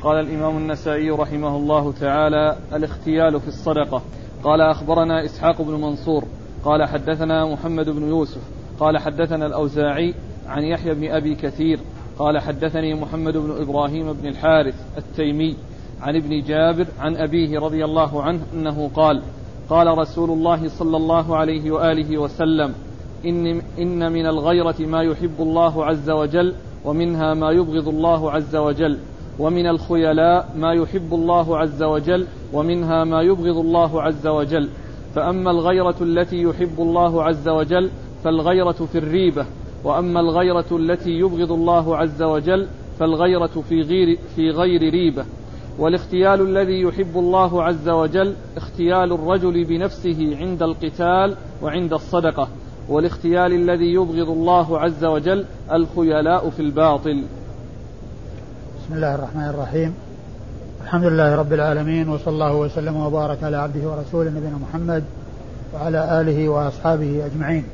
قال الإمام النسائي رحمه الله تعالى: الاختيال في الصدقة. قال: أخبرنا إسحاق بن منصور قال حدثنا محمد بن يوسف قال حدثنا الأوزاعي عن يحيى بن أبي كثير قال حدثني محمد بن إبراهيم بن الحارث التيمي عن ابن جابر عن أبيه رضي الله عنه أنه قال: قال رسول الله صلى الله عليه وآله وسلم: إن من الغيرة ما يحب الله عز وجل ومنها ما يبغض الله عز وجل، ومن الخيلاء ما يحب الله عز وجل ومنها ما يبغض الله عز وجل. فأما الغيرة التي يحب الله عز وجل فالغيرة في الريبة، وأما الغيرة التي يبغض الله عز وجل فالغيرة في غير ريبة. والاختيال الذي يحب الله عز وجل اختيال الرجل بنفسه عند القتال وعند الصدقة، والاختيال الذي يبغض الله عز وجل الخيلاء في الباطل. بسم الله الرحمن الرحيم. الحمد لله رب العالمين، وصلى الله وسلم وبارك على عبده ورسوله نبينا محمد وعلى آله وأصحابه أجمعين.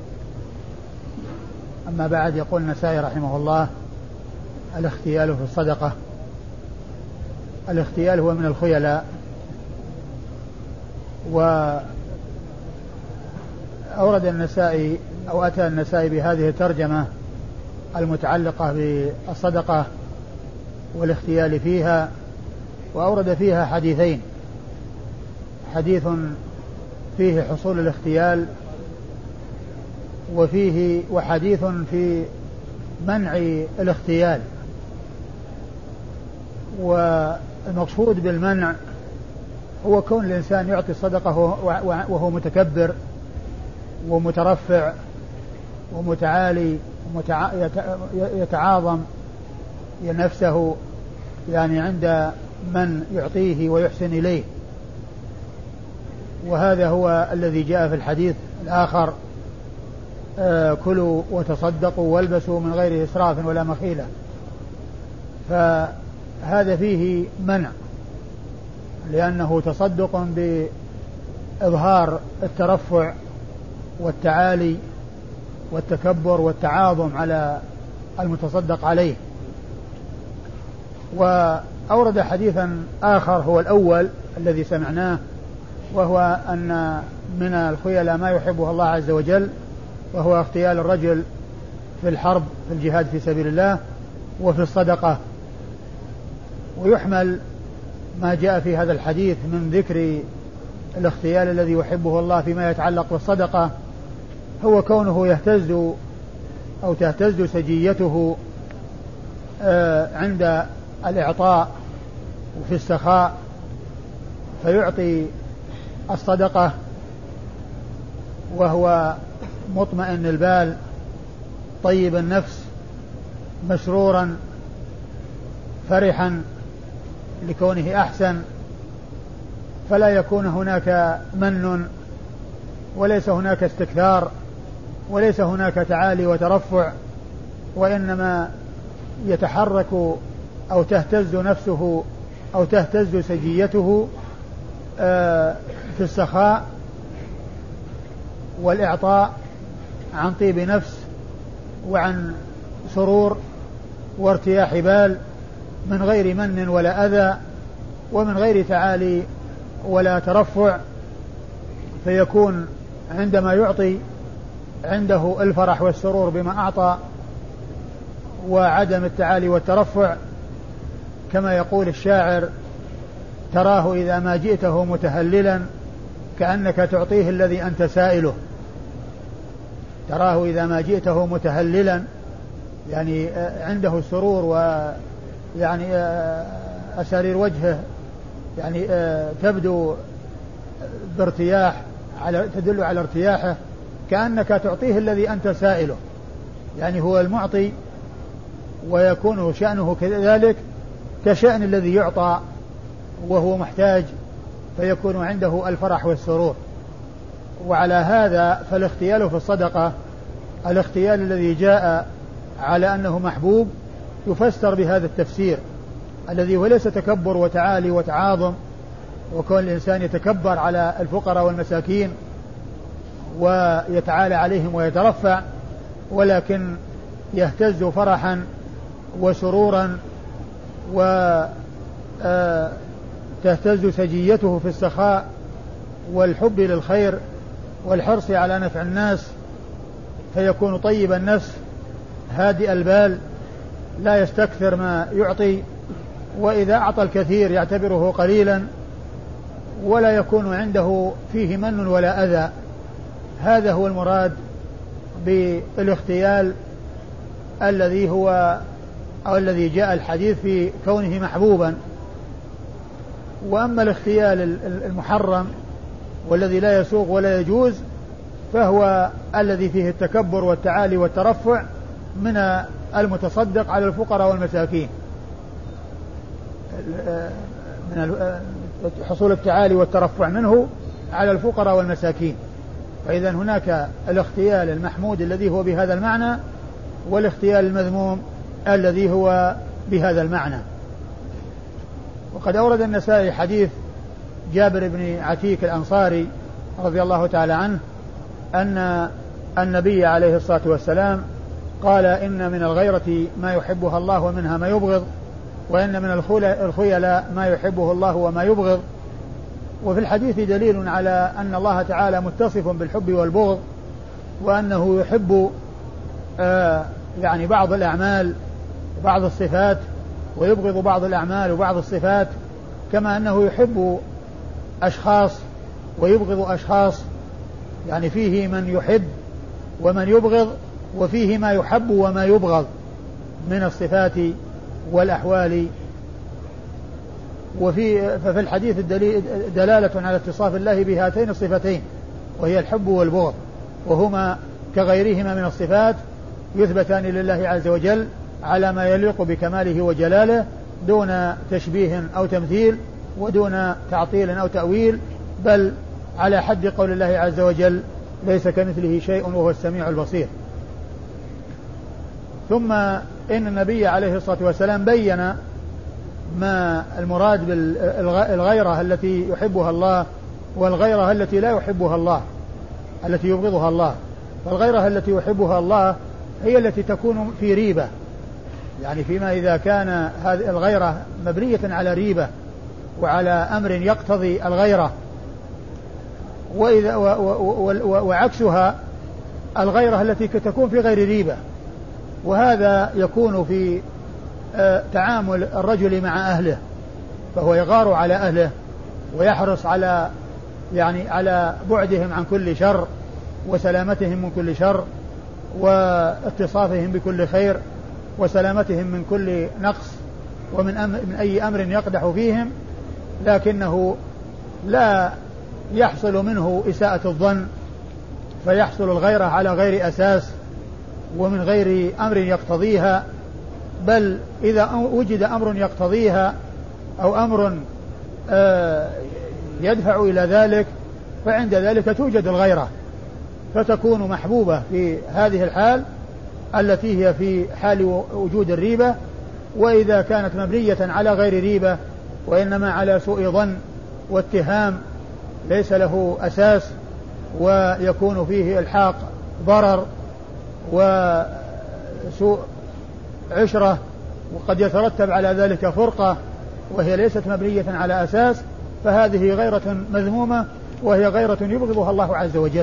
أما بعد، يقول النسائي رحمه الله: الاختيال في الصدقة. الاختيال هو من الخيلاء. وأورد النسائي أو أتى النسائي بهذه الترجمة المتعلقة بالصدقة والاختيال فيها، وأورد فيها حديثين: حديث فيه حصول الاختيال وحديث في منع الاختيال. والمقصود بالمنع هو كون الإنسان يعطي الصدقة وهو متكبر ومترفع ومتعالي يتعاظم نفسه يعني عند من يعطيه ويحسن إليه. وهذا هو الذي جاء في الحديث الآخر: كلوا وتصدقوا والبسوا من غير إسراف ولا مخيلة. فهذا فيه منع، لأنه تصدق بإظهار الترفع والتعالي والتكبر والتعاظم على المتصدق عليه. وأورد حديثا آخر هو الأول الذي سمعناه، وهو أن من الخيلاء ما يحبه الله عز وجل، وهو اغتيال الرجل في الحرب في الجهاد في سبيل الله وفي الصدقة. ويحمل ما جاء في هذا الحديث من ذكر الاغتيال الذي يحبه الله فيما يتعلق بالصدقة هو كونه يهتز أو تهتز سجيته عند الإعطاء وفي السخاء، فيعطي الصدقة وهو مطمئن البال طيب النفس مسرورا فرحا لكونه أحسن، فلا يكون هناك من وليس هناك استكثار وليس هناك تعالي وترفع، وإنما يتحرك أو تهتز نفسه أو تهتز سجيته في السخاء والإعطاء عن طيب نفس وعن سرور وارتياح بال، من غير من ولا أذى ومن غير تعالي ولا ترفع. فيكون عندما يعطي عنده الفرح والسرور بما أعطى وعدم التعالي والترفع، كما يقول الشاعر: تراه إذا ما جئته متهللا كأنك تعطيه الذي أنت سائله. تراه إذا ما جئته متهللا، يعني عنده السرور ويعني أسارير وجهه يعني تبدو بارتياح تدل على ارتياحه، كأنك تعطيه الذي أنت سائله، يعني هو المعطي ويكون شأنه كذلك كشأن الذي يعطى وهو محتاج، فيكون عنده الفرح والسرور. وعلى هذا فالاختيال في الصدقة، الاختيال الذي جاء على أنه محبوب، يفسر بهذا التفسير الذي هو ليس تكبر وتعالي وتعاظم وكون الإنسان يتكبر على الفقراء والمساكين ويتعالى عليهم ويترفع، ولكن يهتز فرحا وسرورا تهتز سجيته في السخاء والحب للخير والحرص على نفع الناس، فيكون طيب النفس هادئ البال لا يستكثر ما يعطي، وإذا أعطى الكثير يعتبره قليلا ولا يكون عنده فيه من ولا أذى. هذا هو المراد بالاختيال الذي هو أو الذي جاء الحديث في كونه محبوبا. وأما الاختيال المحرم والذي لا يسوغ ولا يجوز فهو الذي فيه التكبر والتعالي والترفع من المتصدق على الفقراء والمساكين، من حصول التعالي والترفع منه على الفقراء والمساكين. فإذا هناك الاختيال المحمود الذي هو بهذا المعنى، والاختيال المذموم الذي هو بهذا المعنى. وقد أورد النسائي حديث جابر بن عتيك الأنصاري رضي الله تعالى عنه أن النبي عليه الصلاة والسلام قال: إن من الغيرة ما يحبها الله ومنها ما يبغض، وإن من الخيلاء ما يحبه الله وما يبغض. وفي الحديث دليل على أن الله تعالى متصف بالحب والبغض، وأنه يحب يعني بعض الأعمال وبعض الصفات، ويبغض بعض الأعمال وبعض الصفات، كما أنه يحب أشخاص ويبغض أشخاص، يعني فيه من يحب ومن يبغض، وفيه ما يحب وما يبغض من الصفات والأحوال. ففي الحديث دلالة على اتصاف الله بهاتين الصفتين، وهي الحب والبغض، وهما كغيرهما من الصفات يثبتان لله عز وجل على ما يليق بكماله وجلاله، دون تشبيه أو تمثيل، ودون تعطيل أو تأويل، بل على حد قول الله عز وجل: ليس كمثله شيء وهو السميع البصير. ثم إن النبي عليه الصلاة والسلام بين ما المراد بالغيرة التي يحبها الله والغيرة التي لا يحبها الله، التي يبغضها الله. فالغيرة التي يحبها الله هي التي تكون في ريبة، يعني فيما إذا كان هذه الغيرة مبنية على ريبة وعلى أمر يقتضي الغيرة، وعكسها الغيرة التي تكون في غير ريبة. وهذا يكون في تعامل الرجل مع أهله، فهو يغار على أهله ويحرص على على بعدهم عن كل شر وسلامتهم من كل شر واتصافهم بكل خير وسلامتهم من كل نقص ومن أي أمر يقدح فيهم، لكنه لا يحصل منه إساءة الظن، فيحصل الغيرة على غير أساس ومن غير أمر يقتضيها، بل إذا وجد أمر يقتضيها أو أمر يدفع إلى ذلك فعند ذلك توجد الغيرة، فتكون محبوبة في هذه الحال التي هي في حال وجود الريبة. وإذا كانت مبنية على غير ريبة وإنما على سوء ظن واتهام ليس له أساس ويكون فيه إلحاق ضرر وسوء عشرة، وقد يترتب على ذلك فرقة وهي ليست مبنية على أساس، فهذه غيرة مذمومة، وهي غيرة يبغضها الله عز وجل.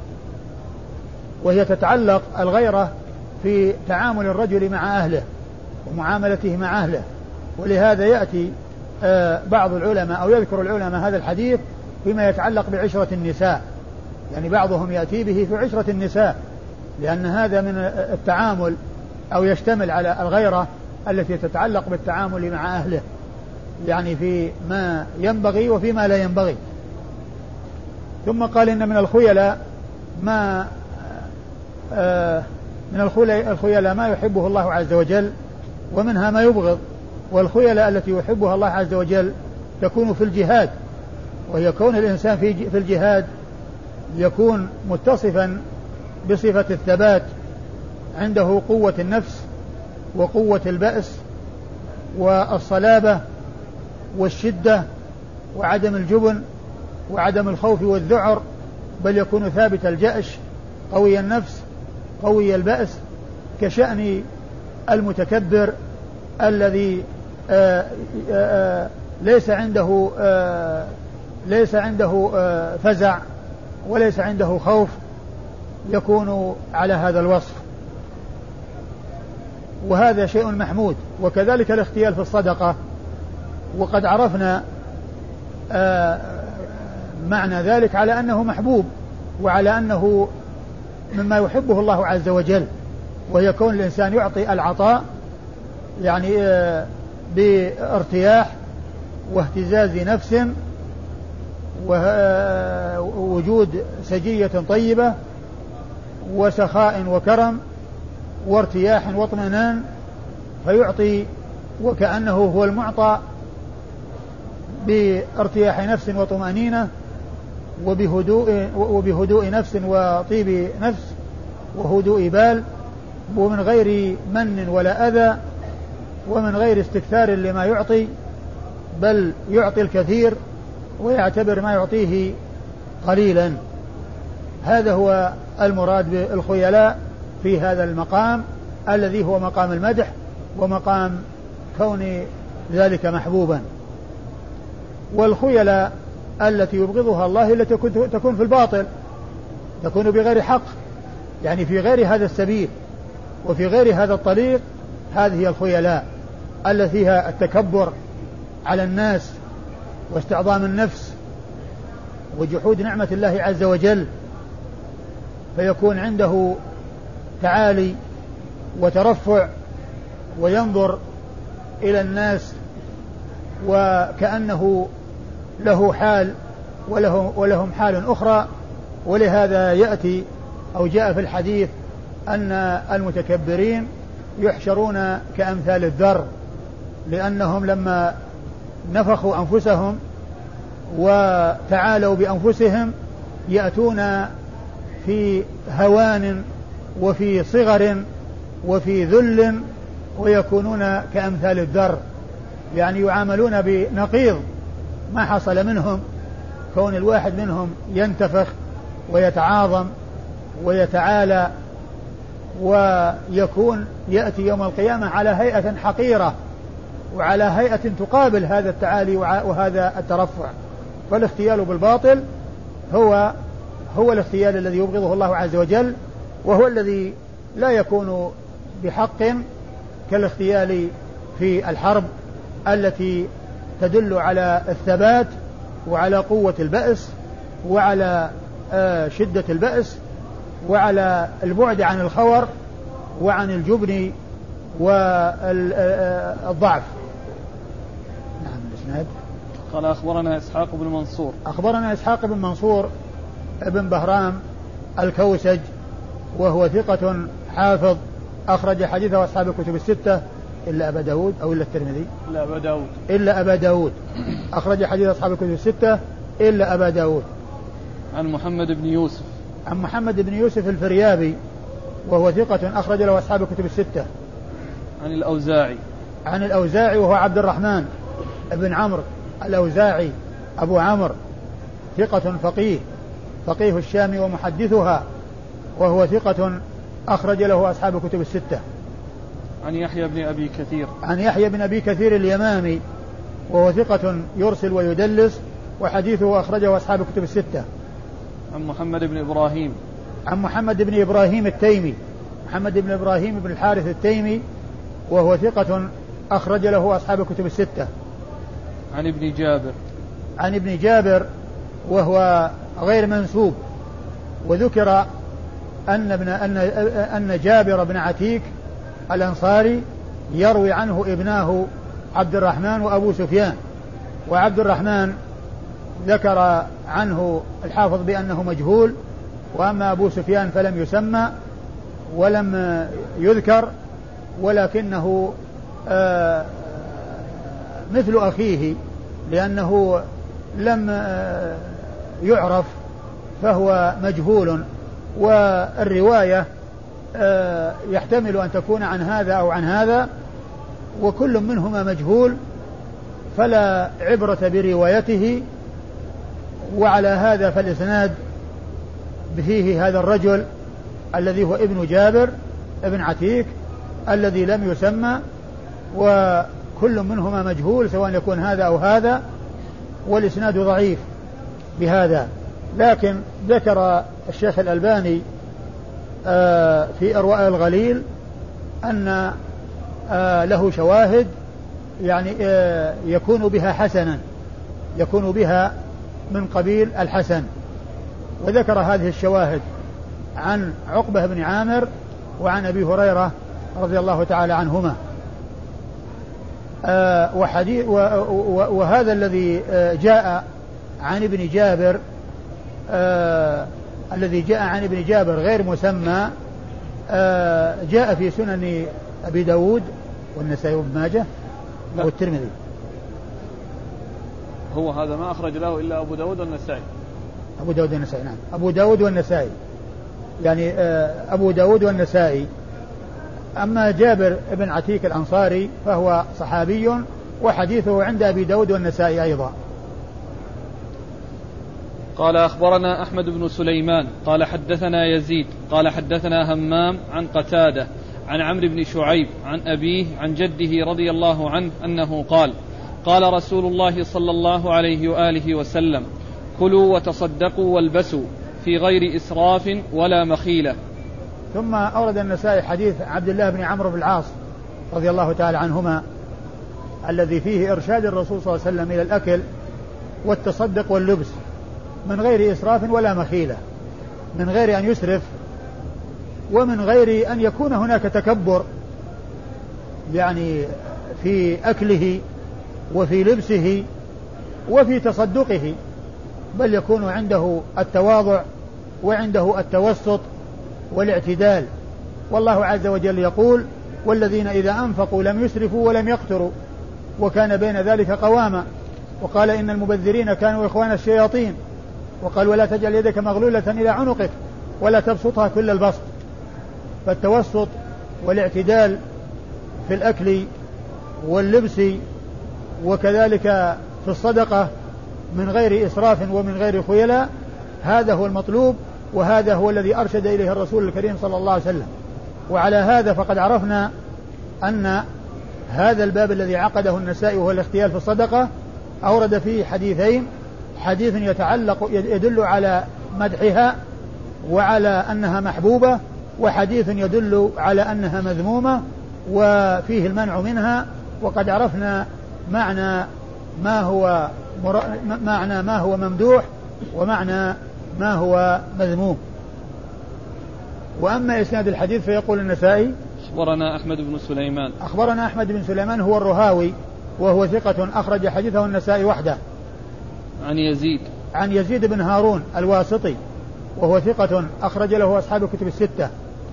وهي تتعلق الغيرة في تعامل الرجل مع أهله ومعاملته مع أهله. ولهذا يأتي بعض العلماء أو يذكر العلماء هذا الحديث فيما يتعلق بعشرة النساء، يعني بعضهم يأتي به في عشرة النساء، لأن هذا من التعامل أو يشتمل على الغيرة التي تتعلق بالتعامل مع أهله، يعني في ما ينبغي وفيما لا ينبغي. ثم قال: إن من الخيلاء ما يحبه الله عز وجل ومنها ما يبغض. والخيلاء التي يحبها الله عز وجل تكون في الجهاد، وهي كون الإنسان في الجهاد يكون متصفا بصفة الثبات، عنده قوة النفس وقوة البأس والصلابة والشدة وعدم الجبن وعدم الخوف والذعر، بل يكون ثابت الجأش قوي النفس قوي البأس، كشأن المتكبر الذي ليس عنده فزع وليس عنده خوف يكون على هذا الوصف، وهذا شيء محمود. وكذلك الاختيال في الصدقة، وقد عرفنا معنى ذلك على أنه محبوب وعلى أنه مما يحبه الله عز وجل، وهي كون الإنسان يعطي العطاء يعني بارتياح واهتزاز نفس ووجود سجية طيبة وسخاء وكرم وارتياح واطمئنان، فيعطي وكأنه هو المعطى بارتياح نفس وطمأنينة وبهدوء نفس وطيب نفس وهدوء بال، ومن غير من ولا أذى ومن غير استكثار لما يعطي، بل يعطي الكثير ويعتبر ما يعطيه قليلا. هذا هو المراد بالخيلاء في هذا المقام الذي هو مقام المدح ومقام كون ذلك محبوبا. والخيلاء التي يبغضها الله التي تكون في الباطل، تكون بغير حق، يعني في غير هذا السبيل وفي غير هذا الطريق، هذه هي الخيلاء التي فيها التكبر على الناس واستعظام النفس وجحود نعمة الله عز وجل، فيكون عنده تعالي وترفع وينظر إلى الناس وكأنه له حال ولهم حال أخرى. ولهذا يأتي أو جاء في الحديث أن المتكبرين يحشرون كأمثال الذر، لأنهم لما نفخوا أنفسهم وتعالوا بأنفسهم يأتون في هوان وفي صغر وفي ذل ويكونون كأمثال الذر، يعني يعاملون بنقيض ما حصل منهم، كون الواحد منهم ينتفخ ويتعاظم ويتعالى ويكون يأتي يوم القيامة على هيئة حقيرة وعلى هيئة تقابل هذا التعالي وهذا الترفع. فالاختيال بالباطل هو الاختيال الذي يبغضه الله عز وجل، وهو الذي لا يكون بحق كالاختيال في الحرب التي تدل على الثبات وعلى قوة البأس وعلى شدة البأس وعلى البعد عن الخور وعن الجبن والضعف. نعم. الإسناد قال أخبرنا إسحاق بن منصور. أخبرنا إسحاق بن منصور ابن بهرام الكوسج، وهو ثقة حافظ، أخرج حديثه أصحاب الكتب الستة إلا أبا داود أو إلا الترمذي إلا أبا داود أخرج حديث أصحاب الكتب الستة إلا أبا داود. عن محمد بن يوسف. عن محمد بن يوسف الفريابي، وهو ثقة أخرج له أصحاب الكتب الستة. عن الأوزاعي. عن الأوزاعي وهو عبد الرحمن بن عمرو الأوزاعي أبو عمرو، ثقة فقيه الشام ومحدثها، وهو ثقة أخرج له أصحاب الكتب الستة. عن يحيى بن أبي كثير. عن يحيى بن أبي كثير اليمامي، وهو ثقة يرسل ويدلس، وحديثه أخرجه أصحاب الكتب الستة. عن محمد بن إبراهيم. عن محمد بن إبراهيم التيمي، محمد بن إبراهيم بن الحارث التيمي، وهو ثقة أخرج له أصحاب الكتب الستة. عن ابن جابر. عن ابن جابر وهو غير منسوب، وذكر أن جابر بن عتيك الأنصاري يروي عنه ابناه عبد الرحمن وأبو سفيان، وعبد الرحمن ذكر عنه الحافظ بأنه مجهول، وأما أبو سفيان فلم يسمى ولم يذكر، ولكنه مثل أخيه لأنه لم يعرف فهو مجهول، والرواية يحتمل أن تكون عن هذا أو عن هذا، وكل منهما مجهول فلا عبرة بروايته. وعلى هذا فالإسناد فيه هذا الرجل الذي هو ابن جابر ابن عتيك الذي لم يسمى، كل منهما مجهول سواء يكون هذا أو هذا، والإسناد ضعيف بهذا. لكن ذكر الشيخ الألباني في إرواء الغليل أن له شواهد يعني يكون بها حسنا، يكون بها من قبيل الحسن، وذكر هذه الشواهد عن عقبة بن عامر وعن أبي هريرة رضي الله تعالى عنهما. وهذا الذي جاء عن ابن جابر الذي جاء عن ابن جابر غير مسمى جاء في سنن أبي داود والنسائي وابن ماجه والترمذي. هو هذا ما أخرج له إلا أبو داود والنسائي. أبو داود والنسائي، نعم، أبو داود والنسائي، يعني أبو داود والنسائي. أما جابر بن عتيك الأنصاري فهو صحابي وحديثه عند أبي داود والنسائي أيضا. قال أخبرنا أحمد بن سليمان قال حدثنا يزيد قال حدثنا همام عن قتادة عن عمرو بن شعيب عن أبيه عن جده رضي الله عنه أنه قال قال رسول الله صلى الله عليه وآله وسلم كلوا وتصدقوا والبسوا في غير إسراف ولا مخيلة. ثم أورد النسائي حديث عبد الله بن عمرو بن العاص رضي الله تعالى عنهما الذي فيه إرشاد الرسول صلى الله عليه وسلم إلى الأكل والتصدق واللبس من غير إسراف ولا مخيلة، من غير أن يسرف ومن غير أن يكون هناك تكبر يعني في أكله وفي لبسه وفي تصدقه، بل يكون عنده التواضع وعنده التوسط والاعتدال. والله عز وجل يقول والذين إذا أنفقوا لم يسرفوا ولم يقتروا وكان بين ذلك قواما، وقال إن المبذرين كانوا إخوان الشياطين، وقال ولا تجعل يدك مغلولة إلى عنقك ولا تبسطها كل البسط. فالتوسط والاعتدال في الأكل واللبس وكذلك في الصدقة من غير إسراف ومن غير خيلاء، هذا هو المطلوب، وهذا هو الذي أرشد إليه الرسول الكريم صلى الله عليه وسلم. وعلى هذا فقد عرفنا أن هذا الباب الذي عقده النسائي وهو الاختيال في الصدقة أورد فيه حديثين، حديث يدل على مدحها وعلى أنها محبوبة، وحديث يدل على أنها مذمومة وفيه المنع منها. وقد عرفنا معنى ما هو ممدوح ومعنى ما هو مذموم. وأما إسناد الحديث فيقول النسائي أخبرنا أحمد بن سليمان. أخبرنا أحمد بن سليمان هو الرهاوي وهو ثقة أخرج حديثه النسائي وحده. عن يزيد بن هارون الواسطي وهو ثقة أخرج له أصحاب الكتب الستة.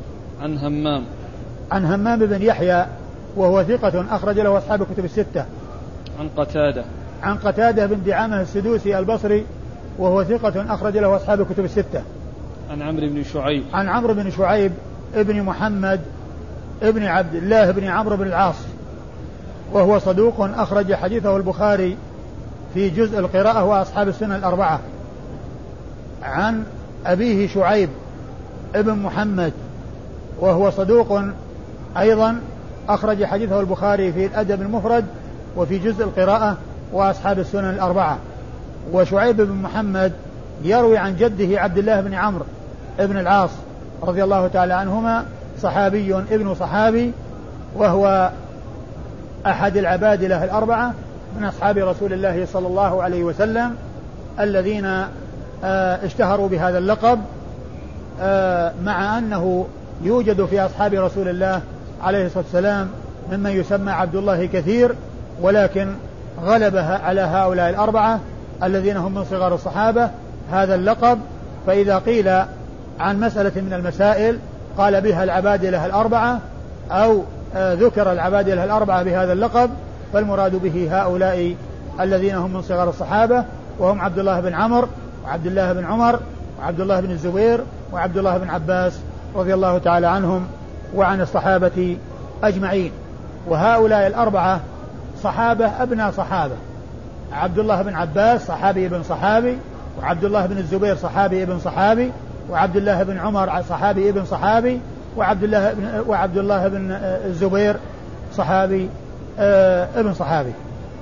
عن همام بن يحيى وهو ثقة أخرج له أصحاب الكتب الستة. عن قتادة بن دعامة السدوسي البصري وهو ثقة أخرج له أصحاب الكتب الستة. عن عمرو بن شعيب ابن محمد ابن عبد الله بن عمرو بن العاص وهو صدوق أخرج حديثه البخاري في جزء القراءة وأصحاب السنن الأربعة. عن أبيه شعيب ابن محمد وهو صدوق أيضا أخرج حديثه البخاري في الأدب المفرد وفي جزء القراءة وأصحاب السنن الأربعة. وشعيب بن محمد يروي عن جده عبد الله بن عمرو ابن العاص رضي الله تعالى عنهما، صحابي ابن صحابي، وهو أحد العبادلة الأربعة من أصحاب رسول الله صلى الله عليه وسلم الذين اشتهروا بهذا اللقب، مع أنه يوجد في أصحاب رسول الله عليه الصلاة والسلام ممن يسمى عبد الله كثير، ولكن غلبها على هؤلاء الأربعة الذين هم من صغار الصحابة هذا اللقب. فإذا قيل عن مسألة من المسائل قال بها العبادلة الأربعة أو ذكر العبادلة الأربعة بهذا اللقب، فالمراد به هؤلاء الذين هم من صغار الصحابة، وهم عبد الله بن عمرو وعبد الله بن عمر وعبد الله بن الزبير وعبد الله بن عباس رضي الله تعالى عنهم وعن الصحابة أجمعين. وهؤلاء الأربعة صحابة أبناء صحابة، عبد الله بن عباس صحابي ابن صحابي، وعبد الله بن الزبير صحابي ابن صحابي، وعبد الله بن عمر صحابي ابن صحابي، وعبد الله بن الزبير صحابي ابن صحابي.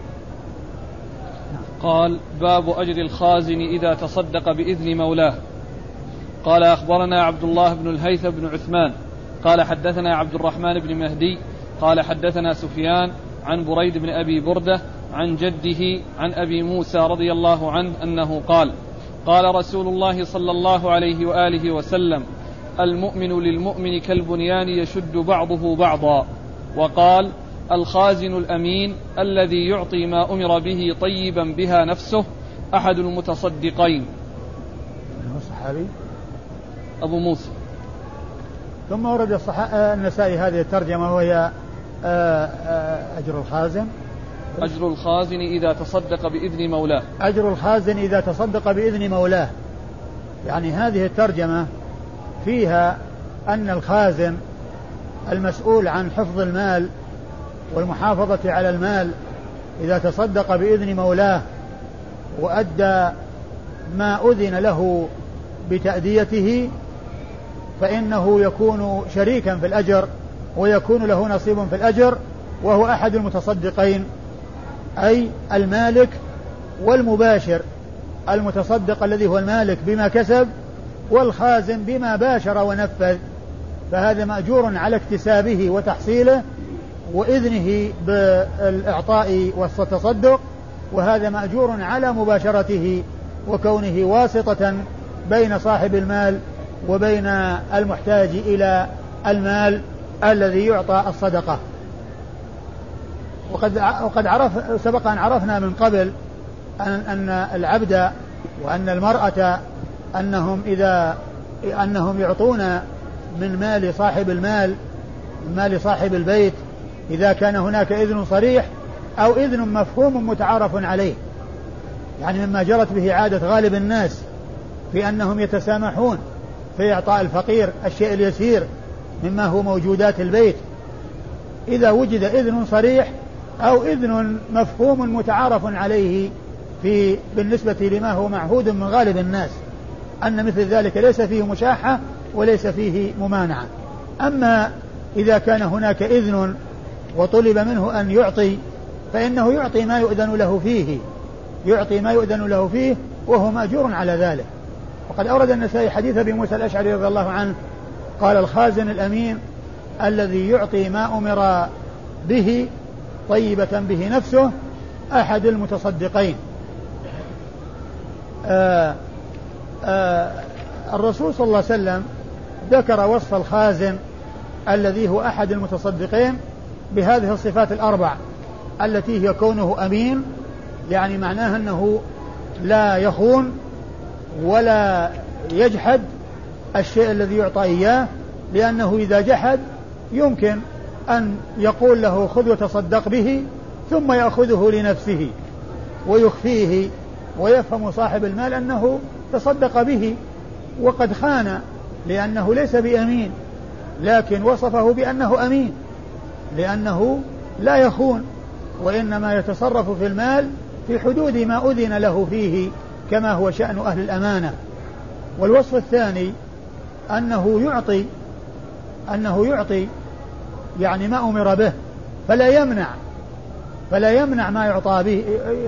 قال باب أجر الخازن إذا تصدق بإذن مولاه. قال أخبرنا عبد الله بن الهيثم بن عثمان قال حدثنا عبد الرحمن بن مهدي قال حدثنا سفيان عن بريد بن أبي بردة عن جده عن أبي موسى رضي الله عنه أنه قال قال رسول الله صلى الله عليه وآله وسلم المؤمن للمؤمن كالبنيان يشد بعضه بعضا. وقال الخازن الأمين الذي يعطي ما أمر به طيبا بها نفسه أحد المتصدقين. الصحابي أبو موسى. ثم ورد النسائي هذه الترجمة وهي أجر الخازن. أجر الخازن إذا تصدق بإذن مولاه. أجر الخازن إذا تصدق بإذن مولاه. يعني هذه الترجمة فيها أن الخازن المسؤول عن حفظ المال والمحافظة على المال إذا تصدق بإذن مولاه وأدى ما أذن له بتأديته فإنه يكون شريكا في الأجر ويكون له نصيب في الأجر، وهو أحد المتصدقين، أي المالك والمباشر. المتصدق الذي هو المالك بما كسب، والخازن بما باشر ونفذ، فهذا مأجور على اكتسابه وتحصيله وإذنه بالإعطاء والتصدق، وهذا مأجور على مباشرته وكونه واسطة بين صاحب المال وبين المحتاج إلى المال الذي يعطى الصدقة. وقد سبق أن عرفنا من قبل أن العبد وأن المرأة أنهم يعطون من مال صاحب المال، من مال صاحب البيت، إذا كان هناك إذن صريح أو إذن مفهوم متعارف عليه، يعني مما جرت به عادة غالب الناس في أنهم يتسامحون في إعطاء الفقير الشيء اليسير مما هو موجودات البيت، إذا وجد إذن صريح أو إذن مفهوم متعارف عليه بالنسبة لما هو معهود من غالب الناس، أن مثل ذلك ليس فيه مشاحة وليس فيه ممانعة. أما إذا كان هناك إذن وطلب منه أن يعطي فإنه يعطي ما يؤذن له فيه وهو مأجور على ذلك. وقد أورد النسائي حديث أبي موسى الأشعري رضي الله عنه قال الخازن الأمين الذي يعطي ما أمر به طيبة به نفسه أحد المتصدقين. الرسول صلى الله عليه وسلم ذكر وصف الخازن الذي هو أحد المتصدقين بهذه الصفات الأربع التي هي كونه أمين، يعني معناها أنه لا يخون ولا يجحد الشيء الذي يعطى إياه، لأنه إذا جحد يمكن أن يقول له خذ وتصدق به ثم يأخذه لنفسه ويخفيه، ويفهم صاحب المال أنه تصدق به وقد خان لأنه ليس بأمين، لكن وصفه بأنه أمين لأنه لا يخون وإنما يتصرف في المال في حدود ما أذن له فيه كما هو شأن أهل الأمانة. والوصف الثاني أنه يعطي يعني ما أمر به فلا يمنع ما يعطى به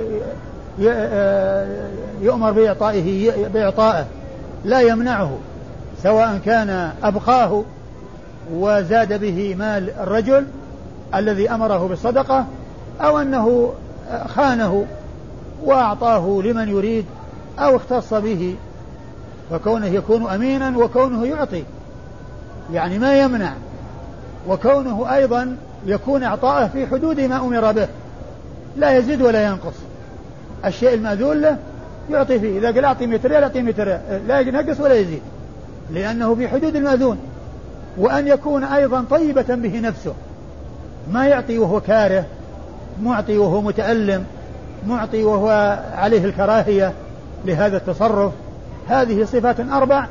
يؤمر بإعطائه لا يمنعه، سواء كان أبقاه وزاد به مال الرجل الذي أمره بالصدقة أو أنه خانه وأعطاه لمن يريد أو اختص به، فكونه يكون أمينا وكونه يعطي يعني ما يمنع، وكونه أيضا يكون إعطاءه في حدود ما أمر به لا يزيد ولا ينقص. الشيء المأذون له يعطي فيه، إذا قال أعطي 100 ريال أعطي 100 ريال، لا ينقص ولا يزيد لأنه في حدود المأذون. وأن يكون أيضا طيبة به نفسه، ما يعطي وهو كاره، معطي وهو متألم، معطي وهو عليه الكراهية لهذا التصرف. هذه صفات أربع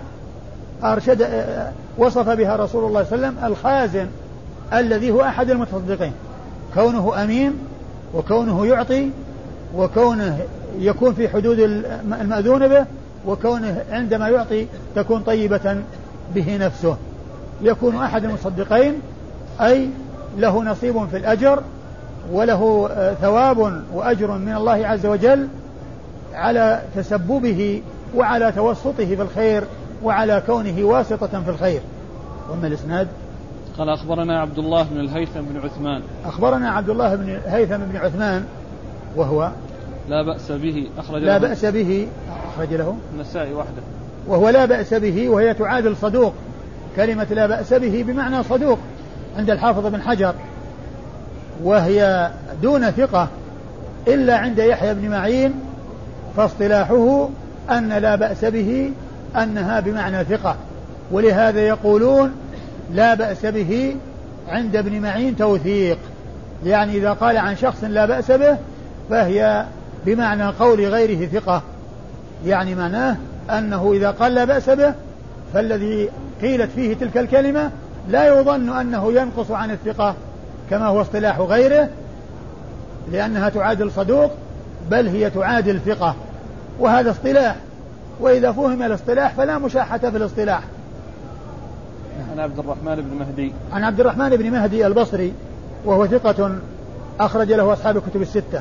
وصف بها رسول الله صلى الله عليه وسلم الخازن الذي هو أحد المتصدقين، كونه أمين وكونه يعطي وكونه يكون في حدود المأذون به وكونه عندما يعطي تكون طيبة به نفسه. يكون أحد المتصدقين أي له نصيب في الأجر وله ثواب وأجر من الله عز وجل على تسببه وعلى توسطه في الخير وعلى كونه واسطة في الخير. وأما الإسناد قال أخبرنا عبد الله بن الهيثم بن عثمان. أخبرنا عبد الله بن الهيثم بن عثمان وهو لا بأس به أخرج له النسائي وحده. وهو لا بأس به وهي تعادل صدوق. كلمة لا بأس به بمعنى صدوق عند الحافظ بن حجر، وهي دون ثقة إلا عند يحيى بن معين، فاصطلاحه أن لا بأس به أنها بمعنى ثقة، ولهذا يقولون لا بأس به عند ابن معين توثيق، يعني إذا قال عن شخص لا بأس به فهي بمعنى قول غيره ثقة، يعني معناه أنه إذا قال لا بأس به فالذي قيلت فيه تلك الكلمة لا يظن أنه ينقص عن الثقة كما هو اصطلاح غيره، لأنها تعادل صدوق، بل هي تعادل ثقة، وهذا اصطلاح، وإذا فهم الاصطلاح فلا مشاحة في الاصطلاح. عن عبد الرحمن بن مهدي. عن عبد الرحمن بن مهدي البصري وهو ثقة أخرج له أصحاب الكتب الستة.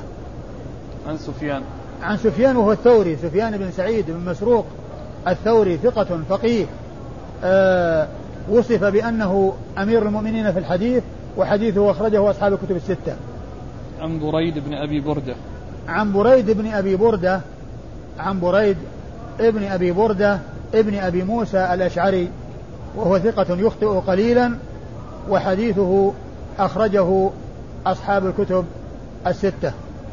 عن سفيان وهو الثوري، سفيان بن سعيد بن مسروق الثوري، ثقة فقيه، وصف بأنه أمير المؤمنين في الحديث، وحديثه أخرجه أصحاب الكتب الستة. عن بريد بن أبي بردة. عن بريد بن أبي بردة، عن بريد ابن أبي بردة ابن أبي موسى الأشعري، وهو ثقة يخطئ قليلا، وحديثه أخرجه أصحاب الكتب الستة.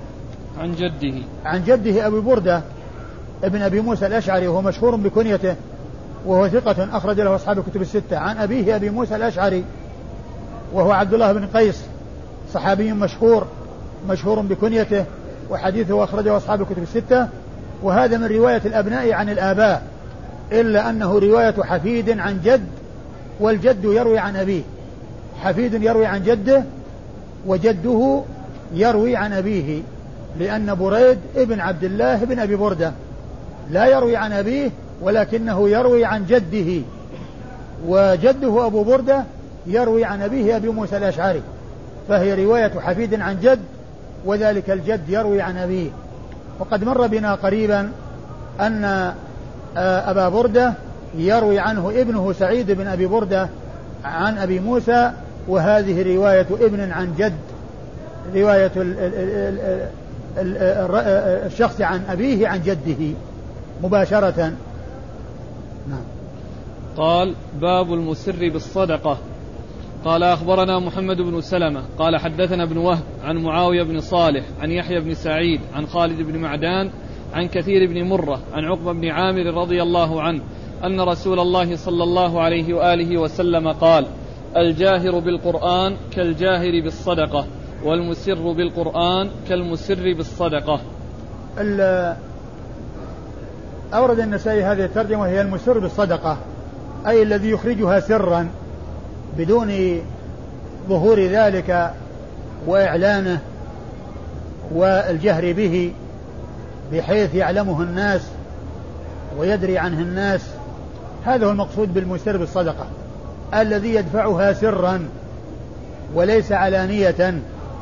عن جده أبي بردة ابن أبي موسى الأشعري، وهو مشهور بكنيته، وهو ثقة أخرج له أصحاب الكتب الستة. عن أبيه أبي موسى الأشعري وهو عبد الله بن قيس، صحابي مشهور بكنيته، وحديثه أخرجه أصحاب الكتب الستة. وهذا من رواية الأبناء عن الآباء، إلا أنه رواية حفيد عن جد، والجد يروي عن أبيه. حفيد يروي عن جده، وجده يروي عن أبيه، لأن بريد ابن عبد الله بن أبي بردة لا يروي عن أبيه، ولكنه يروي عن جده، وجده أبو بردة يروي عن أبيه أبي موسى الأشعري، فهي رواية حفيد عن جد، وذلك الجد يروي عن أبيه. وقد مر بنا قريبا أن أبا بردة يروي عنه ابنه سعيد بن أبي بردة عن أبي موسى، وهذه رواية ابن عن جد، رواية الشخص عن أبيه عن جده مباشرة. نعم. قال باب المسر بالصدقة. قال أخبرنا محمد بن سلمة قال حدثنا ابن وهب عن معاوية بن صالح عن يحيى بن سعيد عن خالد بن معدان عن كثير بن مرة عن عقبة بن عامر رضي الله عنه أن رسول الله صلى الله عليه وآله وسلم قال الجاهر بالقرآن كالجاهر بالصدقة، والمسر بالقرآن كالمسر بالصدقة. أورد النسائي هذه الترجمة، وهي المسر بالصدقة، أي الذي يخرجها سرا بدون ظهور ذلك وإعلانه والجهر به، بحيث يعلمه الناس ويدري عنه الناس. هذا هو المقصود بالمسر بالصدقة، الذي يدفعها سرا وليس علانية.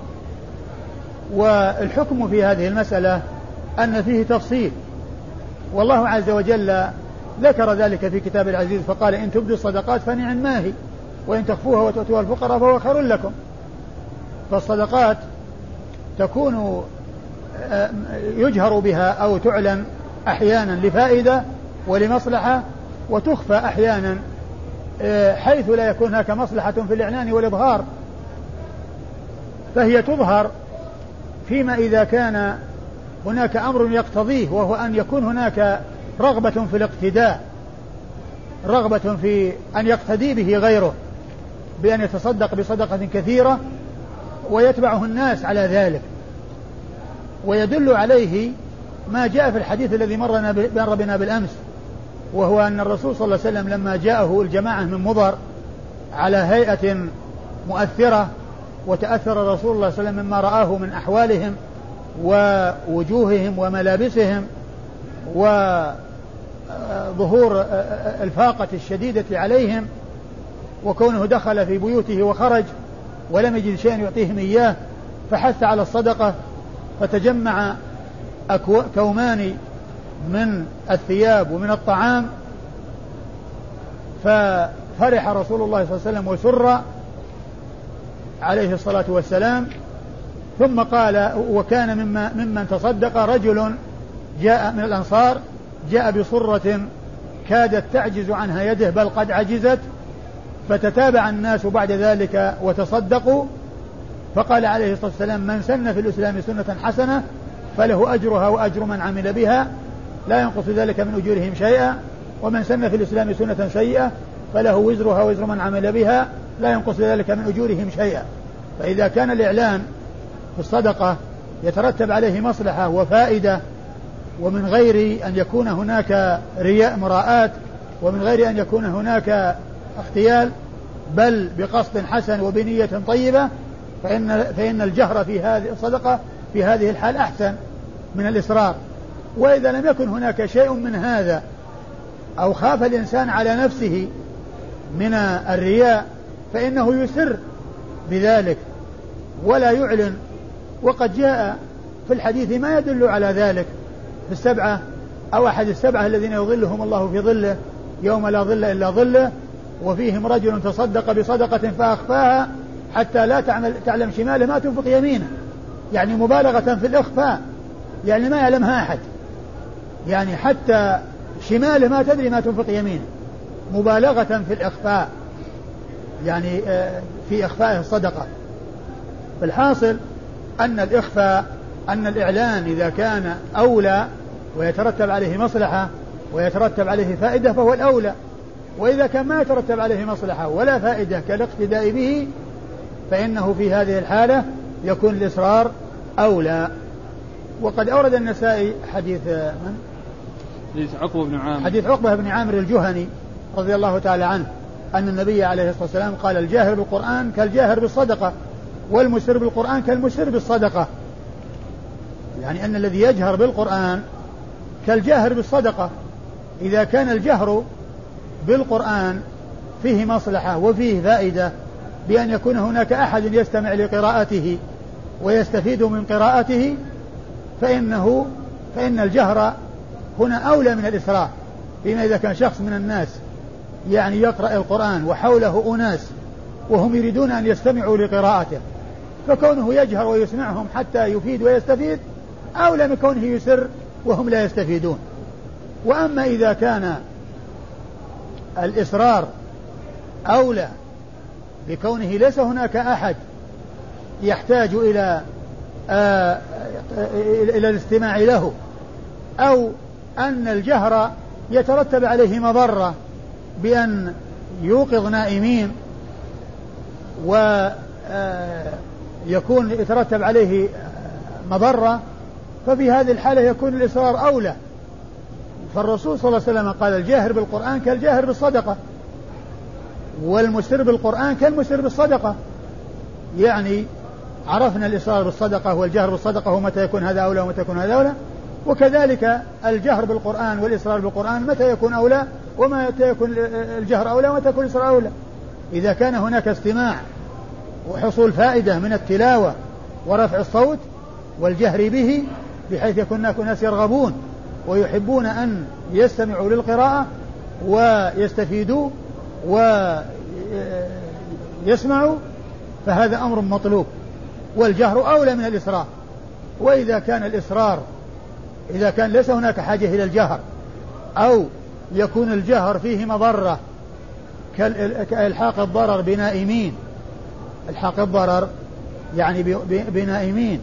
والحكم في هذه المسألة أن فيه تفصيل، والله عز وجل ذكر ذلك في كتاب العزيز فقال إن تبدوا الصدقات فنعم ما هي، وإن تخفوها وتؤتوها الفقراء فهو خير لكم. فالصدقات تكون يجهر بها أو تعلن أحيانا لفائدة ولمصلحة، وتخفى أحيانا حيث لا يكون هناك مصلحة في الإعلان والإظهار، فهي تظهر فيما إذا كان هناك أمر يقتضيه، وهو أن يكون هناك رغبة في الاقتداء، رغبة في أن يقتدي به غيره بأن يتصدق بصدقة كثيرة ويتبعه الناس على ذلك. ويدل عليه ما جاء في الحديث الذي مر بنا بالأمس، وهو أن الرسول صلى الله عليه وسلم لما جاءه الجماعة من مضر على هيئة مؤثرة، وتأثر الرسول صلى الله عليه وسلم مما رآه من أحوالهم ووجوههم وملابسهم وظهور الفاقة الشديدة عليهم، وكونه دخل في بيوته وخرج ولم يجد شيئا يعطيهم إياه، فحث على الصدقة، فتجمع كومان من الثياب ومن الطعام، ففرح رسول الله صلى الله عليه وسلم وسر عليه الصلاة والسلام. ثم قال: وكان ممن تصدق رجل جاء من الأنصار جاء بصرة كادت تعجز عنها يده بل قد عجزت، فتتابع الناس بعد ذلك وتصدقوا، فقال عليه الصلاة والسلام: من سن في الإسلام سنة حسنة فله أجرها وأجر من عمل بها لا ينقص ذلك من أجورهم شيئا، ومن سن في الإسلام سنة سيئة فله وزرها وزر من عمل بها لا ينقص ذلك من أجورهم شيئا. فإذا كان الإعلان في الصدقة يترتب عليه مصلحة وفائدة، ومن غير أن يكون هناك رياء مراءات، ومن غير أن يكون هناك اختيال، بل بقصد حسن وبنية طيبة، فإن الجهر في هذه الصدقة في هذه الحال أحسن من الإصرار. وإذا لم يكن هناك شيء من هذا، أو خاف الإنسان على نفسه من الرياء، فإنه يسر بذلك ولا يعلن. وقد جاء في الحديث ما يدل على ذلك في السبعة أو أحد السبعة الذين يظلهم الله في ظله يوم لا ظل إلا ظله، وفيهم رجل تصدق بصدقة فأخفاها حتى لا تعلم شماله ما تنفق يمينه، يعني مبالغة في الإخفاء، يعني ما يعلمها أحد، يعني حتى شماله ما تدري ما تنفق يمينه، مبالغة في الإخفاء، يعني في إخفاء الصدقة. فالحاصل أن الإخفاء، أن الإعلان إذا كان أولى ويترتب عليه مصلحة ويترتب عليه فائدة فهو الأولى، وإذا كان ما يترتب عليه مصلحة ولا فائدة كالاقتداء به فإنه في هذه الحالة يكون الإصرار أولى. وقد أورد النسائي حديث من؟ حديث عقبة بن عامر الجهني رضي الله تعالى عنه أن النبي عليه الصلاة والسلام قال: الجاهر بالقرآن كالجاهر بالصدقة، والمسر بالقرآن كالمسر بالصدقة، يعني أن الذي يجهر بالقرآن كالجاهر بالصدقة. إذا كان الجهر بالقرآن فيه مصلحة وفيه فائدة بأن يكون هناك أحد يستمع لقراءته ويستفيد من قراءته، فإن الجهر هنا أولى من الإسراء. فيما إذا كان شخص من الناس يعني يقرأ القرآن وحوله أناس وهم يريدون أن يستمعوا لقراءته، فكونه يجهر ويسمعهم حتى يفيد ويستفيد أولى من كونه يسر وهم لا يستفيدون. وأما إذا كان الإصرار أولى بكونه ليس هناك أحد يحتاج إلى الاستماع له، أو أن الجهر يترتب عليه مضرة بأن يوقظ نائمين ويكون يترتب عليه مضرة، ففي هذه الحالة يكون الإصرار أولى. فالرسول صلى الله عليه وسلم قال: الجاهر بالقرآن كالجاهر بالصدقة، والمسر بالقرآن كالمسر بالصدقة. يعني عرفنا الإصرار بالصدقة والجهر بالصدقة ومتى يكون هذا أولى ومتى يكون هذا أولى، وكذلك الجهر بالقرآن والإصرار بالقرآن متى يكون أولى ومتى يكون الجهر أولى ومتى يكون الإصرار أولى. إذا كان هناك استماع وحصول فائدة من التلاوة ورفع الصوت والجهر به بحيث يكون هناك ناس يرغبون ويحبون أن يستمعوا للقراءة ويستفيدوا ويسمعوا، فهذا أمر مطلوب، والجهر أولى من الإصرار. وإذا كان الإصرار إذا كان ليس هناك حاجة إلى الجهر أو يكون الجهر فيه مضرة كإلحاق الضرر بنائمين، إلحاق الضرر يعني بنائمين،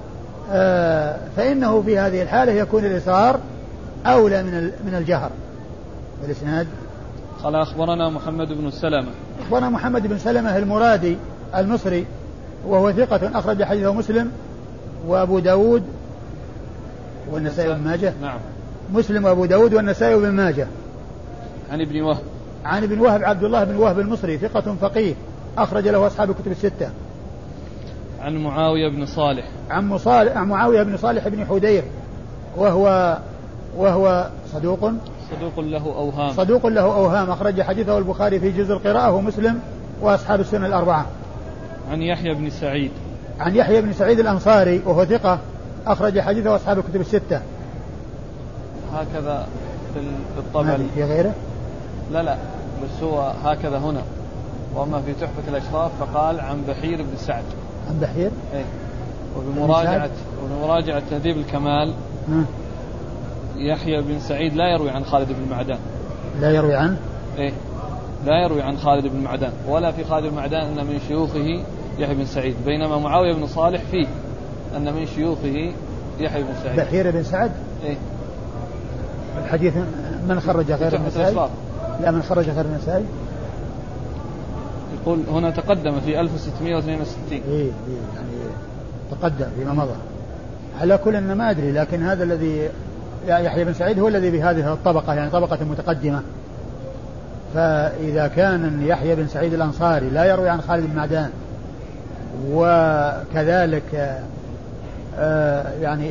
فإنه في هذه الحالة يكون الإصرار أولى من الجهر. الإسناد قال: أخبرنا محمد بن سلمة. أخبرنا محمد بن سلمة المرادي المصري وهو ثقة أخرج حديثه مسلم وأبو داود والنسائي وابن ماجه. نعم. مسلم وأبو داود والنسائي وابن ماجه. عن ابن وهب. عن ابن وهب عبد الله بن وهب المصري ثقة فقيه أخرج له أصحاب الكتب الستة. عن معاوية بن صالح. عن معاوية بن صالح بن حدير وهو صدوق له أوهام أخرج حديثه البخاري في جزء القراءة ومسلم وأصحاب السنة الأربعة. عن يحيى بن سعيد. عن يحيى بن سعيد الأنصاري وهو ثقة أخرج حديثه أصحاب الكتب الستة. هكذا في الطبري. في غيره؟ لا بس هو هكذا هنا. وأما في تحفة الأشراف فقال عن بحير بن سعد. عن بحير؟ إيه. وبمراجعة تهذيب الكمال يحيى بن سعيد لا يروي عن خالد بن معدان. لا يروي عنه؟ إيه لا يروي عن خالد بن معدان، ولا في خالد بن معدان أن من شيوخه يحيى بن سعيد، بينما معاوية بن صالح فيه أن من شيوخه يحيى بن سعيد. بحير بن سعد؟ إيه. الحديث من خرج غير النسائي؟ لا من خرج غير النسائي. يقول هنا تقدم في 1662. إيه يعني تقدم فيما مضى. على كل أن ما أدري، لكن هذا الذي يحيى بن سعيد هو الذي بهذه الطبقة، يعني طبقة متقدمة. فإذا كان يحيى بن سعيد الأنصاري لا يروي عن خالد بن معدان، وكذلك يعني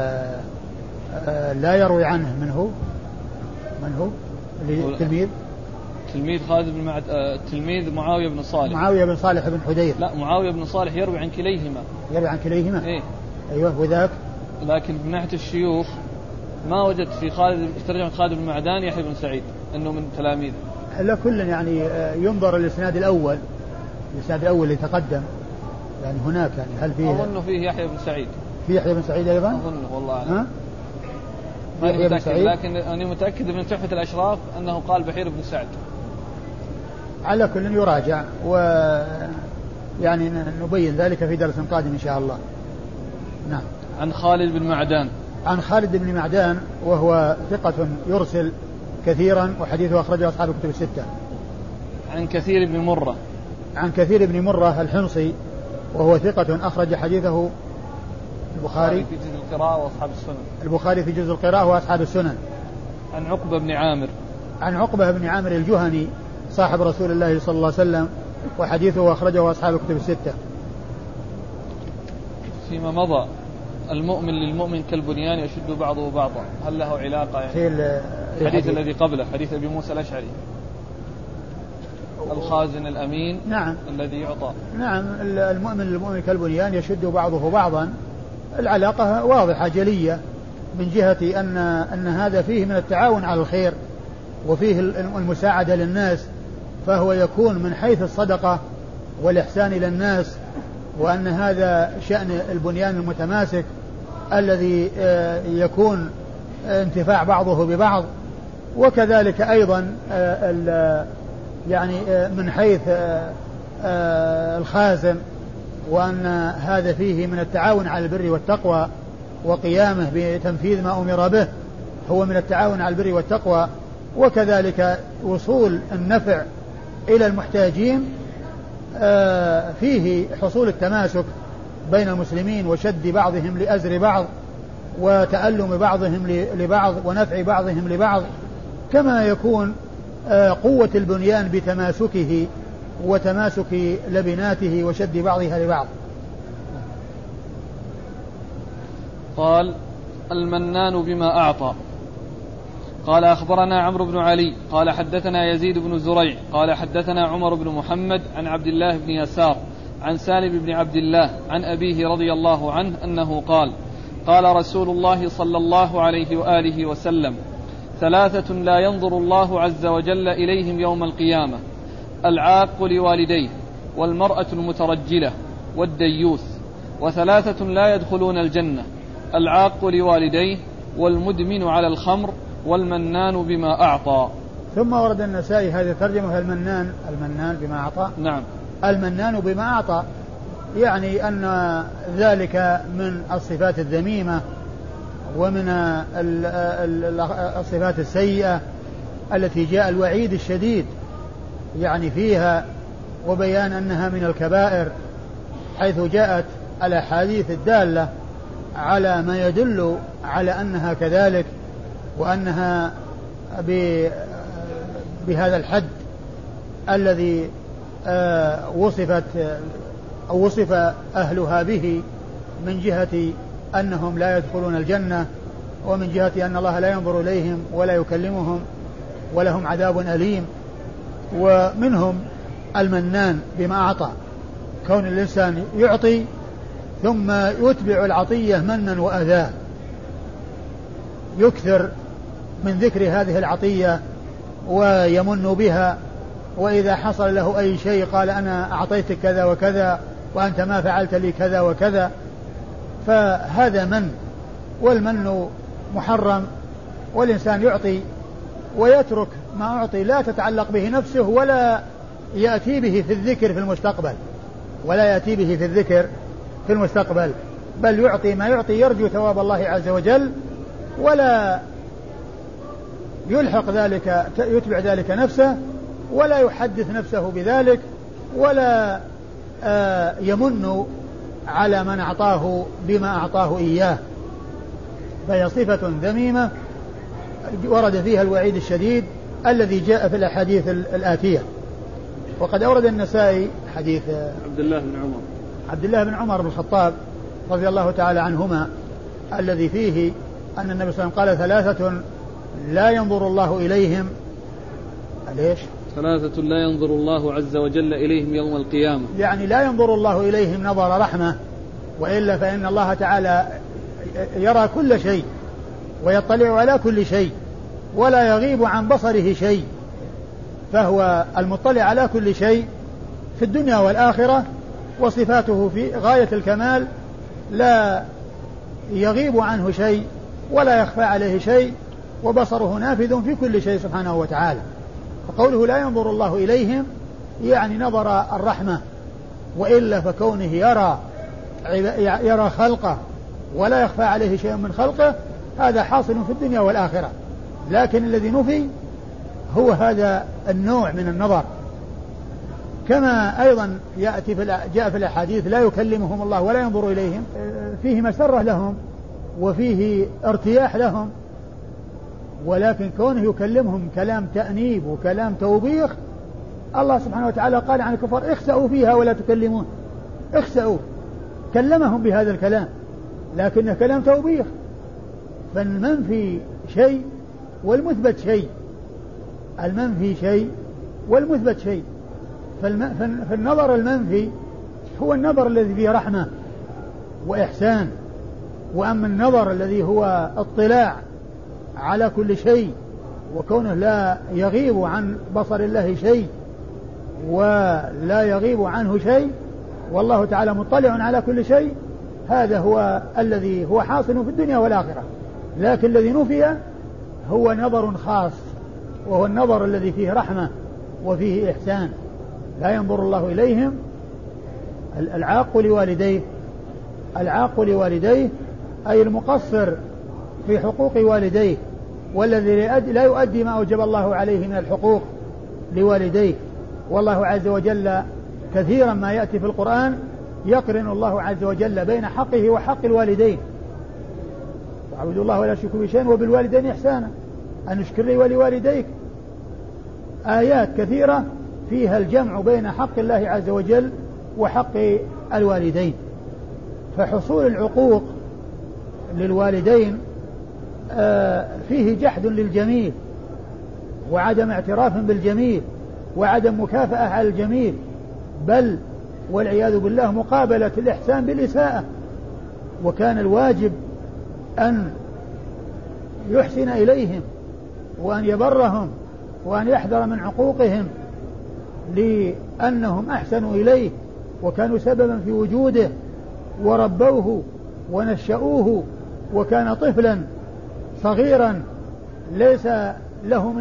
لا يروي عنه من هو تلميذ خالد بن معدان، تلميذ معاوية بن صالح. معاوية بن صالح بن حدير. لا معاوية بن صالح يروي عن كليهما. يروي عن كليهما. إيه؟ أيوة. وذاك لكن من ناحية الشيوخ ما وجدت في ترجمة خالد بن معدان يحيى بن سعيد أنه من تلاميذ. على كل يعني ينظر الإسناد الأول اللي تقدم، يعني هناك يعني هل فيه؟ أظن فيه يحيى بن سعيد. في يحيى بن سعيد أيضا؟ أظن والله أعلم. ماني متأكد، لكن أنا متأكد من تحفة الأشراف أنه قال بحير بن سعد. على كل يراجع، ويعني نبين ذلك في درس قادم إن شاء الله. نعم. عن خالد بن معدان. عن خالد بن معدان وهو ثقة يرسل كثيرا وحديثه أخرجه أصحاب الكتب الستة. عن كثير بن مرة. عن كثير بن مرة الحمصي وهو ثقة أخرج حديثه البخاري في جزء القراءة وأصحاب السنن. البخاري في جزء القراءة وأصحاب السنن. عن عقبة بن عامر. عن عقبة بن عامر الجهني صاحب رسول الله صلى الله عليه وسلم وحديثه أخرجه أصحاب الكتب الستة. فيما مضى المؤمن للمؤمن كالبنيان يشد بعضه بعضا، هل له علاقة يعني في الحديث الذي قبله حديث أبي موسى الأشعري الخازن الأمين؟ نعم. الذي يعطى. نعم. المؤمن للمؤمن كالبنيان يشد بعضه بعضا. العلاقة واضحة جلية من جهة أن هذا فيه من التعاون على الخير وفيه المساعدة للناس، فهو يكون من حيث الصدقة والإحسان إلى الناس، وأن هذا شأن البنيان المتماسك الذي يكون انتفاع بعضه ببعض. وكذلك أيضا يعني من حيث الخازن، وأن هذا فيه من التعاون على البر والتقوى وقيامه بتنفيذ ما أمر به، هو من التعاون على البر والتقوى. وكذلك وصول النفع إلى المحتاجين فيه حصول التماسك بين المسلمين وشد بعضهم لأزر بعض وتألم بعضهم لبعض ونفع بعضهم لبعض، كما يكون قوة البنيان بتماسكه وتماسك لبناته وشد بعضها لبعض. قال المنان بما أعطى. قال أخبرنا عمرو بن علي قال حدثنا يزيد بن زريع قال حدثنا عمر بن محمد عن عبد الله بن يسار عن سالم بن عبد الله عن أبيه رضي الله عنه أنه قال قال رسول الله صلى الله عليه وآله وسلم ثلاثة لا ينظر الله عز وجل إليهم يوم القيامة: العاق لوالديه، والمرأة المترجلة، والديوث. وثلاثة لا يدخلون الجنة: العاق لوالديه، والمدمن على الخمر، والمنان بما أعطى. ثم ورد النسائي هذه ترجمة المنان بما أعطى. نعم. المنان بما أعطى يعني أن ذلك من الصفات الذميمة ومن الصفات السيئة التي جاء الوعيد الشديد يعني فيها، وبيان أنها من الكبائر، حيث جاءت الأحاديث الدالة على ما يدل على أنها كذلك، وأنها بهذا الحد الذي وصف أهلها به من جهة أنهم لا يدخلون الجنة، ومن جهة أن الله لا ينظر إليهم ولا يكلمهم ولهم عذاب أليم. ومنهم المنان بما أعطى، كون الإنسان يعطي ثم يتبع العطية منا وأذاه، يكثر من ذكر هذه العطية ويمن بها، وإذا حصل له أي شيء قال أنا أعطيتك كذا وكذا وأنت ما فعلت لي كذا وكذا، فهذا من، والمن محرم، والإنسان يعطي ويترك ما أعطي لا تتعلق به نفسه ولا يأتي به في الذكر في المستقبل، بل يعطي ما يعطي يرجو ثواب الله عز وجل، ولا يلحق ذلك يتبع ذلك نفسه، ولا يحدث نفسه بذلك، ولا يمن على من أعطاه بما أعطاه إياه. فهي صفة ذميمة ورد فيها الوعيد الشديد الذي جاء في الأحاديث الآتية. وقد أورد النسائي حديث عبد الله بن عمر بن الخطاب رضي الله تعالى عنهما الذي فيه أن النبي صلى الله عليه وسلم قال ثلاثة لا ينظر الله إليهم، ليش؟ ثلاثة لا ينظر الله عز وجل إليهم يوم القيامة، يعني لا ينظر الله إليهم نظر رحمة، وإلا فإن الله تعالى يرى كل شيء ويطلع على كل شيء ولا يغيب عن بصره شيء، فهو المطلع على كل شيء في الدنيا والآخرة، وصفاته في غاية الكمال، لا يغيب عنه شيء ولا يخفى عليه شيء، وبصره نافذ في كل شيء سبحانه وتعالى. فقوله لا ينظر الله إليهم يعني نظر الرحمة، وإلا فكونه يرى خلقه ولا يخفى عليه شيء من خلقه هذا حاصل في الدنيا والآخرة، لكن الذي نفي هو هذا النوع من النظر. كما أيضا جاء في الأحاديث لا يكلمهم الله ولا ينظر إليهم، فيه مسرة لهم وفيه ارتياح لهم، ولكن كونه يكلمهم كلام تأنيب وكلام توبيخ، الله سبحانه وتعالى قال عن الكفار اخسأوا فيها ولا تكلمون، اخسأوا، كلمهم بهذا الكلام لكنه كلام توبيخ. فالمنفي شيء والمثبت شيء، المنفي شيء والمثبت شيء. فالنظر المنفي هو النظر الذي فيه رحمة وإحسان، وأما النظر الذي هو اطلاع على كل شيء وكونه لا يغيب عن بصر الله شيء ولا يغيب عنه شيء والله تعالى مطلع على كل شيء، هذا هو الذي هو حاصل في الدنيا والآخرة. لكن الذي نفي هو نظر خاص، وهو النظر الذي فيه رحمة وفيه إحسان. لا ينظر الله إليهم، العاق لوالديه أي المقصر في حقوق والديه، والذي لا يؤدي ما أوجب الله عليه من الحقوق لوالديه. والله عز وجل كثيرا ما يأتي في القرآن يقرن الله عز وجل بين حقه وحق الوالدين، واعبدوا الله ولا تشركوا به شيئا وبالوالدين إحسانا أن اشكر لي ولوالديك. آيات كثيرة فيها الجمع بين حق الله عز وجل وحق الوالدين. فحصول العقوق للوالدين فيه جحد للجميل وعدم اعتراف بالجميل وعدم مكافأة على الجميل، بل والعياذ بالله مقابلة الإحسان بالإساءة. وكان الواجب أن يحسن إليهم وأن يبرهم وأن يحذر من عقوقهم لأنهم أحسنوا إليه وكانوا سببا في وجوده وربوه ونشأوه، وكان طفلا صغيرا ليس له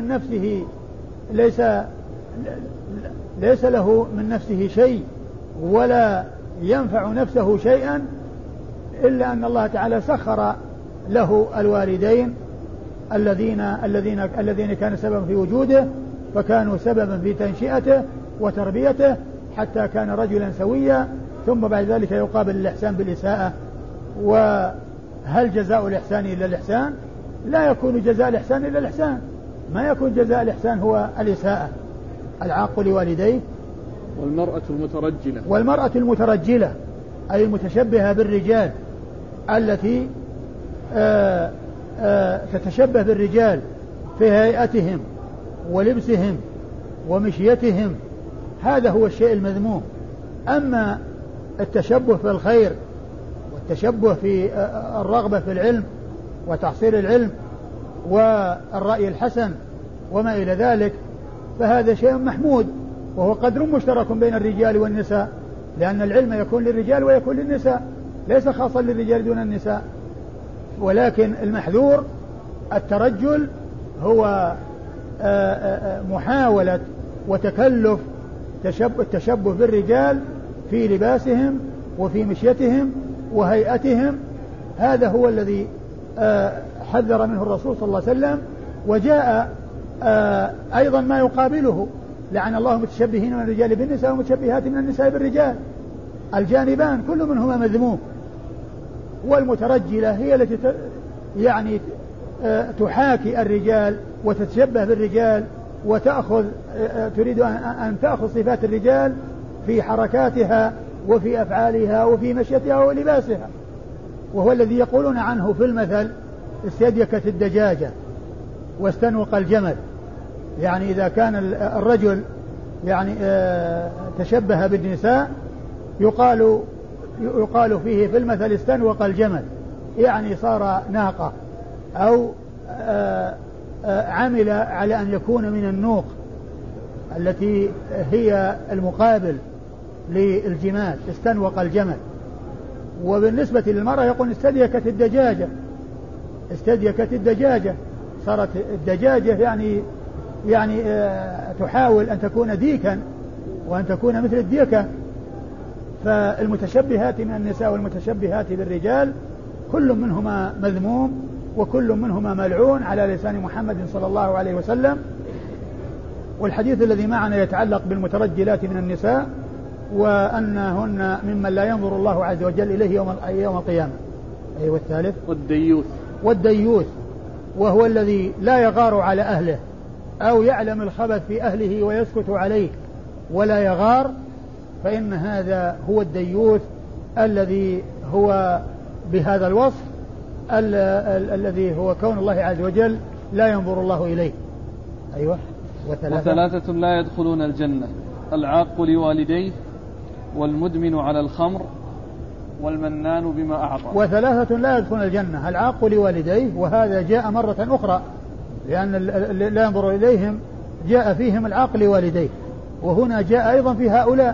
من نفسه شيء ولا ينفع نفسه شيئا، إلا أن الله تعالى سخر له الوالدين الذين كانوا سببا في وجوده، فكانوا سببا في تنشئته وتربيته حتى كان رجلا سويا، ثم بعد ذلك يقابل الإحسان بالإساءة. وهل جزاء الإحسان إلا الإحسان؟ لا يكون جزاء الإحسان إلا الإحسان، ما يكون جزاء الإحسان هو الإساءة. العاق لوالديه والمرأة المترجلة أي المتشبهة بالرجال، التي تتشبه بالرجال في هيئتهم ولبسهم ومشيتهم، هذا هو الشيء المذموم. أما التشبه في الخير والتشبه في الرغبة في العلم وتحصيل العلم والرأي الحسن وما إلى ذلك، فهذا شيء محمود، وهو قدر مشترك بين الرجال والنساء، لأن العلم يكون للرجال ويكون للنساء، ليس خاصا للرجال دون النساء. ولكن المحذور الترجل هو محاولة وتكلف التشبه بالرجال في لباسهم وفي مشيتهم وهيئتهم، هذا هو الذي حذر منه الرسول صلى الله عليه وسلم. وجاء أيضا ما يقابله: لعن الله المتشبهين من الرجال بالنساء والمتشبهات من النساء بالرجال. الجانبان كل منهما مذموم، والمترجلة هي التي يعني تحاكي الرجال وتتشبه بالرجال وتأخذ تريد أن تأخذ صفات الرجال في حركاتها وفي أفعالها وفي مشيتها ولباسها، وهو الذي يقولون عنه في المثل: استديكت الدجاجة واستنوق الجمل. يعني إذا كان الرجل يعني تشبه بالنساء يقال فيه في المثل استنوق الجمل، يعني صار ناقة، أو عمل على أن يكون من النوق التي هي المقابل للجمال، استنوق الجمل. وبالنسبة للمرأة يقول استديكت الدجاجة، استديكت الدجاجة، صارت الدجاجة يعني تحاول أن تكون ديكا وأن تكون مثل الديكة. فالمتشبهات من النساء والمتشبهات بالرجال كل منهما مذموم وكل منهما ملعون على لسان محمد صلى الله عليه وسلم. والحديث الذي معنا يتعلق بالمترجلات من النساء، وأنهن ممن لا ينظر الله عز وجل إليه يوم القيامة. أيوة. الثالث والديوث، وهو الذي لا يغار على أهله أو يعلم الخبث في أهله ويسكت عليه ولا يغار، فإن هذا هو الديوث الذي هو بهذا الوصف الذي هو كون الله عز وجل لا ينظر الله إليه. أيوة. وثلاثة لا يدخلون الجنة: العاق لوالديه، والمدمن على الخمر، والمنان بما أعطى. وثلاثة لا يدخلون الجنة: العاق لوالديه، وهذا جاء مرة أخرى، لأن لا ينظر إليهم جاء فيهم العاق لوالديه، وهنا جاء أيضا في هؤلاء.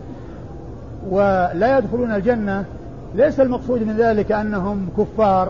ولا يدخلون الجنة ليس المقصود من ذلك أنهم كفار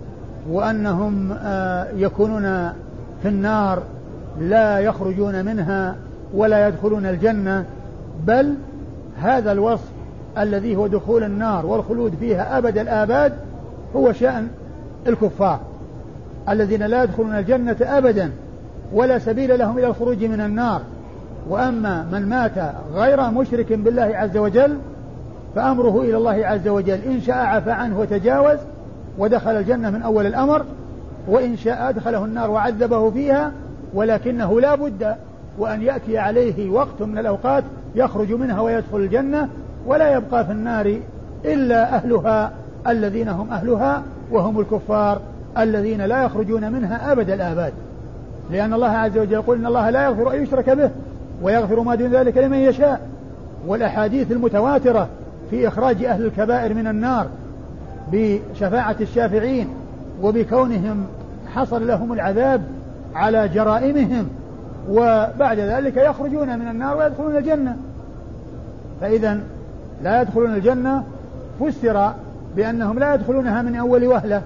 وأنهم يكونون في النار لا يخرجون منها ولا يدخلون الجنة، بل هذا الوصف الذي هو دخول النار والخلود فيها أبد الآباد هو شأن الكفار الذين لا يدخلون الجنة أبدا ولا سبيل لهم إلى الخروج من النار. وأما من مات غير مشرك بالله عز وجل فأمره إلى الله عز وجل، إن شاء عفى عنه وتجاوز ودخل الجنة من أول الأمر، وإن شاء أدخله النار وعذبه فيها، ولكنه لا بد وأن يأتي عليه وقت من الأوقات يخرج منها ويدخل الجنة، ولا يبقى في النار إلا أهلها الذين هم أهلها وهم الكفار الذين لا يخرجون منها أبد الآباد، لأن الله عز وجل يقول إن الله لا يغفر أن يشرك به ويغفر ما دون ذلك لمن يشاء. والأحاديث المتواترة في إخراج أهل الكبائر من النار بشفاعة الشافعين وبكونهم حصل لهم العذاب على جرائمهم وبعد ذلك يخرجون من النار ويدخلون الجنة. فإذا لا يدخلون الجنة فسر بأنهم لا يدخلونها من أول وهلة،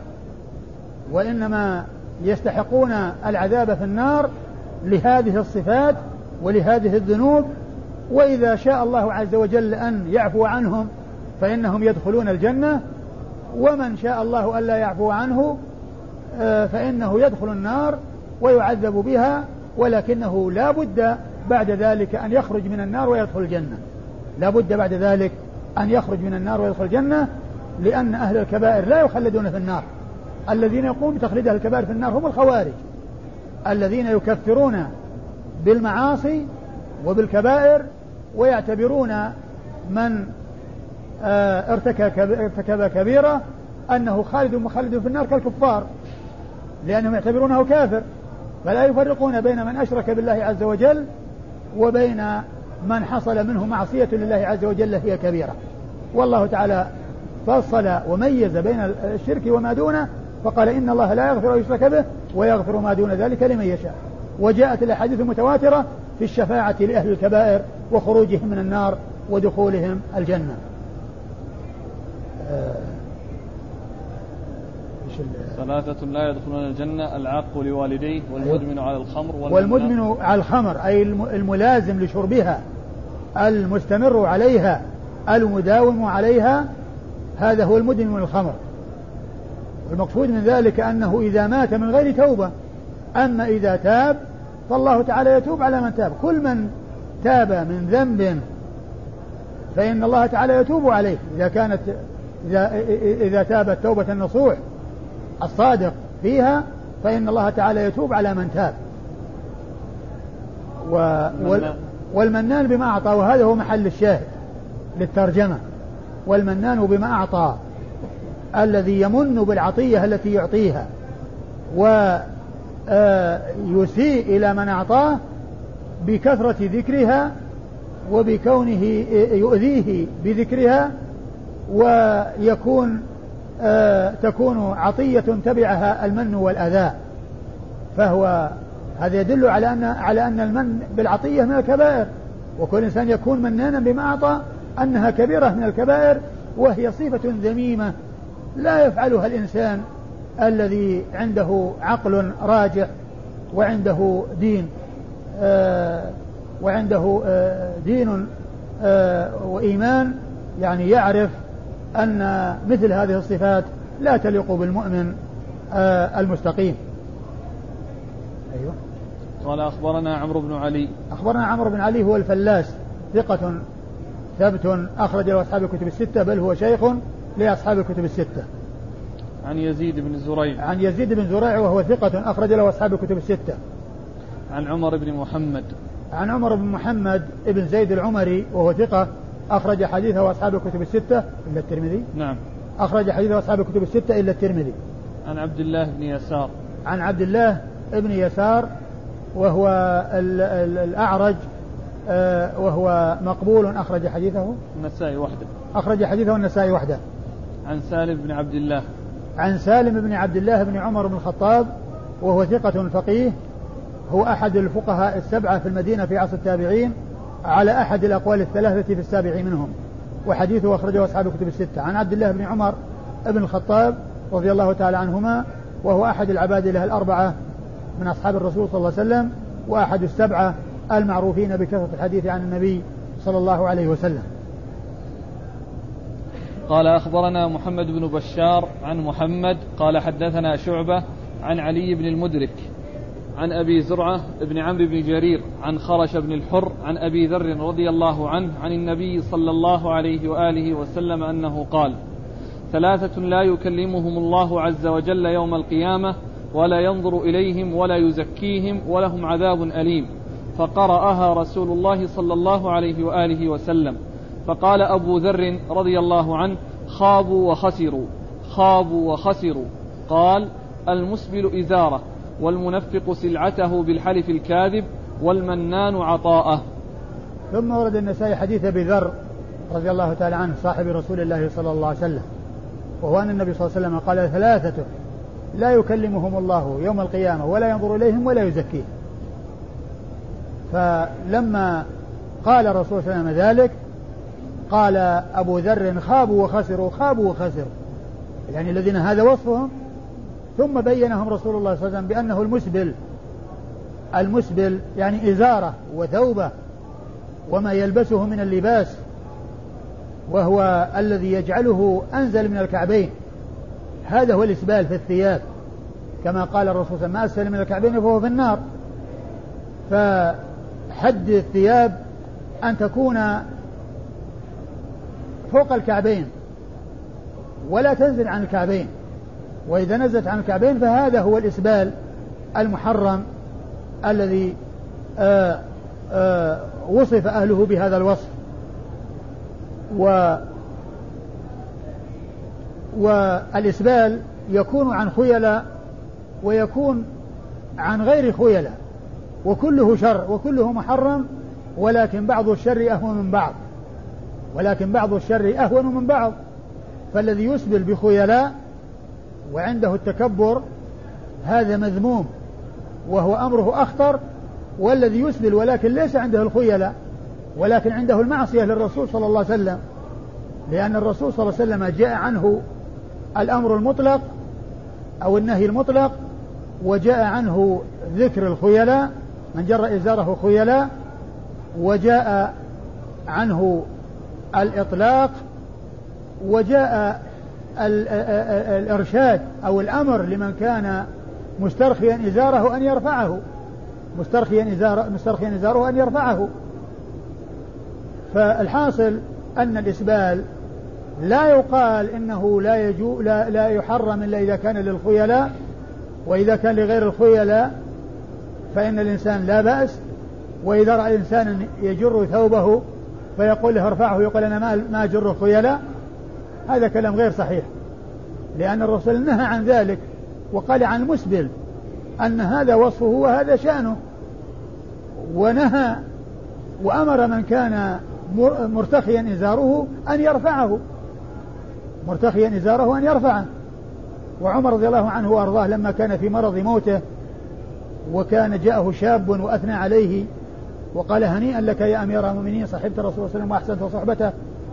وإنما يستحقون العذاب في النار لهذه الصفات ولهذه الذنوب، وإذا شاء الله عز وجل أن يعفو عنهم فإنهم يدخلون الجنة، ومن شاء الله ألا يعفو عنه فإنه يدخل النار ويعذب بها، ولكنه لا بد بعد ذلك أن يخرج من النار ويدخل الجنة، لا بد بعد ذلك أن يخرج من النار ويدخل الجنة، لأن أهل الكبائر لا يخلدون في النار. الذين يقومون بتخليد أهل الكبائر في النار هم الخوارج الذين يكفرون بالمعاصي وبالكبائر ويعتبرون من ارتكب كبيرة أنه خالد مخلد في النار كالكفار، لأنهم يعتبرونه كافر، فلا يفرقون بين من أشرك بالله عز وجل وبين من حصل منه معصية لله عز وجل هي كبيرة. والله تعالى فصل وميز بين الشرك وما دونه، فقال إن الله لا يغفر أن يشرك به ويغفر ما دون ذلك لمن يشاء. وجاءت الأحاديث المتواترة في الشفاعة لأهل الكبائر وخروجهم من النار ودخولهم الجنة. ثلاثة لا يدخلون الجنة: العاق لوالديه، والمدمن على الخمر، والمدمن على الخمر أي الملازم لشربها، المستمر عليها، المداوم عليها، هذا هو المدمن الخمر. والمقصود من ذلك أنه إذا مات من غير توبة، أما إذا تاب فالله تعالى يتوب على من تاب. كل من تاب من ذنب فإن الله تعالى يتوب عليه إذا تاب التوبة النصوح الصادق فيها، فإن الله تعالى يتوب على من تاب. والمنان بما أعطى، وهذا هو محل الشاهد للترجمة. والمنان بما أعطى الذي يمن بالعطية التي يعطيها ويسيء إلى من أعطاه بكثرة ذكرها وبكونه يؤذيه بذكرها، ويكون تكون عطية تبعها المن والأذى. فهو هذا يدل على أن المن بالعطية من الكبائر، وكل إنسان يكون منانا بما أعطى أنها كبيرة من الكبائر، وهي صفة ذميمة لا يفعلها الإنسان الذي عنده عقل راجح وعنده دين دين وإيمان، يعني يعرف أن مثل هذه الصفات لا تليق بالمؤمن المستقيم. أيوة. قال أخبرنا عمرو بن علي. أخبرنا عمرو بن علي هو الفلاس، ثقة ثبت أخرج له أصحاب الكتب الستة، بل هو شيخ لأصحاب الكتب الستة. عن يزيد بن زريع. عن يزيد بن زريع وهو ثقة أخرج له أصحاب الكتب الستة. عن عمر بن محمد. عن عمر بن محمد ابن زيد العمري وهو ثقة أخرج حديثه أصحاب الكتب الستة إلا الترمذي. نعم. أخرج حديثه أصحاب الكتب الستة إلا الترمذي. عن عبد الله بن يسار. عن عبد الله ابن يسار وهو الأعرج، وهو مقبول أخرج حديثه النسائي وحده. أخرج حديثه النسائي وحده. عن سالم بن عبد الله. عن سالم بن عبد الله بن عمر بن الخطاب وهو ثقة فقيه، هو أحد الفقهاء السبعة في المدينة في عصر التابعين، على أحد الأقوال الثلاثة في السابع منهم، وحديثه أخرجه أصحاب الكتب الستة. عن عبد الله بن عمر بن الخطاب رضي الله تعالى عنهما، وهو أحد العبادلة الأربعة من أصحاب الرسول صلى الله عليه وسلم، وأحد السبعة المعروفين بكثرة الحديث عن النبي صلى الله عليه وسلم. قال أخبرنا محمد بن بشار عن محمد قال حدثنا شعبة عن علي بن المدرك عن أبي زرعة بن عمرو بن جرير عن خرش بن الحر عن أبي ذر رضي الله عنه عن النبي صلى الله عليه وآله وسلم أنه قال: ثلاثة لا يكلمهم الله عز وجل يوم القيامة ولا ينظر إليهم ولا يزكيهم ولهم عذاب أليم. فقرأها رسول الله صلى الله عليه وآله وسلم. فقال أبو ذر رضي الله عنه: خابوا وخسروا، خابوا وخسروا. قال: المسبل إزاره، والمنفق سلعته بالحلف الكاذب، والمنان عطاءه. ثم ورد النسائي حديث أبي ذر رضي الله تعالى عنه صاحب رسول الله صلى الله عليه وسلم، وهو أن النبي صلى الله عليه وسلم قال: ثلاثة لا يكلمهم الله يوم القيامة ولا ينظر إليهم ولا يزكيهم. فلما قال الرسول صلى الله عليه وسلم ذلك قال أبو ذر: خابوا وخسروا، خابوا وخسروا، يعني الذين هذا وصفهم. ثم بينهم رسول الله صلى الله عليه وسلم بأنه المسبل يعني إزارة وثوبة وما يلبسه من اللباس، وهو الذي يجعله أنزل من الكعبين، هذا هو الإسبال في الثياب، كما قال الرسول صلى الله عليه وسلم: ما أسفل من الكعبين فهو في النار. فحد الثياب أن تكون فوق الكعبين ولا تنزل عن الكعبين، وإذا نزلت عن الكعبين فهذا هو الإسبال المحرم الذي وصف أهله بهذا الوصف. والإسبال يكون عن خيلاء ويكون عن غير خيلاء، وكله شر وكله محرم، ولكن بعض الشر أهون من بعض، ولكن بعض الشر أهون من بعض. فالذي يسبل بخيلاء وعنده التكبر هذا مذموم وهو أمره أخطر، والذي يسبل ولكن ليس عنده الخيلاء ولكن عنده المعصية للرسول صلى الله عليه وسلم، لأن الرسول صلى الله عليه وسلم جاء عنه الأمر المطلق أو النهي المطلق، وجاء عنه ذكر الخيلاء من جر إزاره خيلاء، وجاء عنه الإطلاق، وجاء الإرشاد أو الأمر لمن كان مسترخيا إزاره أن يرفعه، مسترخيا إزاره أن يرفعه. فالحاصل أن الإسبال لا يقال إنه لا يحرم إلا إذا كان للخيلاء، وإذا كان لغير الخيلاء فإن الإنسان لا بأس. وإذا رأى الإنسان يجر ثوبه فيقول له ارفعه يقول أنا ما أجر خيلاء، هذا كلام غير صحيح، لأن الرسول نهى عن ذلك وقال عن المسبل أن هذا وصفه وهذا شأنه، ونهى وأمر من كان مرتخيا إزاره أن يرفعه، وعمر رضي الله عنه وأرضاه لما كان في مرض موته وكان جاءه شاب وأثنى عليه وقال هنيئا لك يا أمير المؤمنين، صحبت رسول الله صلى الله عليه وسلم وأحسنت صحبته،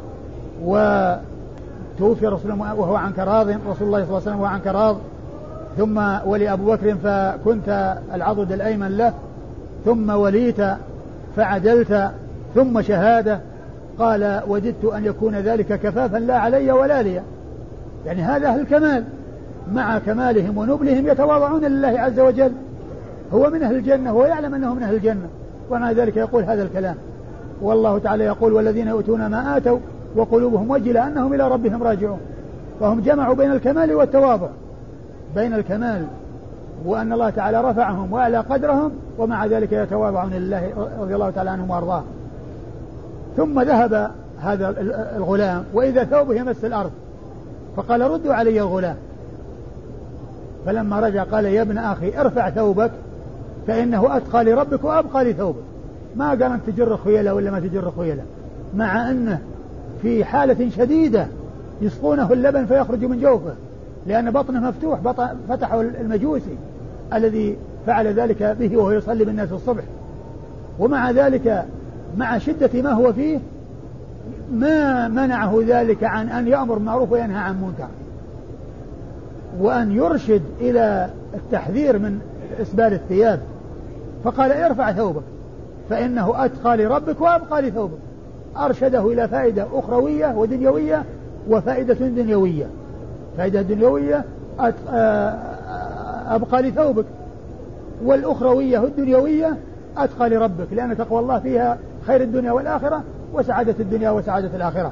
وتوفي رسول الله وهو عنك راض، رسول الله صلى الله عليه وسلم وهو عنك راض، ثم ولي أبو بكر فكنت العضد الأيمن له، ثم وليت فعدلت، ثم شهادة. قال وددت أن يكون ذلك كفافا لا علي ولا لي، يعني هذا أهل الكمال مع كمالهم ونبلهم يتواضعون لله عز وجل، هو من أهل الجنة وهو يعلم أنه من أهل الجنة، ومع ذلك يقول هذا الكلام. والله تعالى يقول والذين يؤتون ما آتوا وقلوبهم وجلة أنهم إلى ربهم راجعون، فهم جمعوا بين الكمال والتواضع، بين الكمال وأن الله تعالى رفعهم وأعلى قدرهم، ومع ذلك يتواضعون لله رضي الله تعالى عنهم وأرضاه. ثم ذهب هذا الغلام وإذا ثوبه يمس الأرض، فقال ردوا علي الغلام، فلما رجع قال يا ابن أخي ارفع ثوبك فإنه أتقى لربك وأبقى لثوبك. ما قال أن تجر خيلة ولا ما تجر خيلة، مع أنه في حالة شديدة يسقونه اللبن فيخرج من جوفه لأن بطنه مفتوح، فتحه المجوسي الذي فعل ذلك به وهو يصلي بالناس الصبح، ومع ذلك مع شدة ما هو فيه ما منعه ذلك عن أن يأمر معروف وينهى عن منكر، وأن يرشد إلى التحذير من إسبال الثياب، فقال ارفع ثوبك فإنه أتقى لربك وأبقى لثوبك. أرشده إلى فائدة أخروية ودنيوية وفائدة دنيوية. فائدة دنيوية أبقى لثوبك، والأخروية الدنيوية أتقى لربك، لأن تقوى الله فيها خير الدنيا والآخرة وسعادة الدنيا وسعادة الآخرة.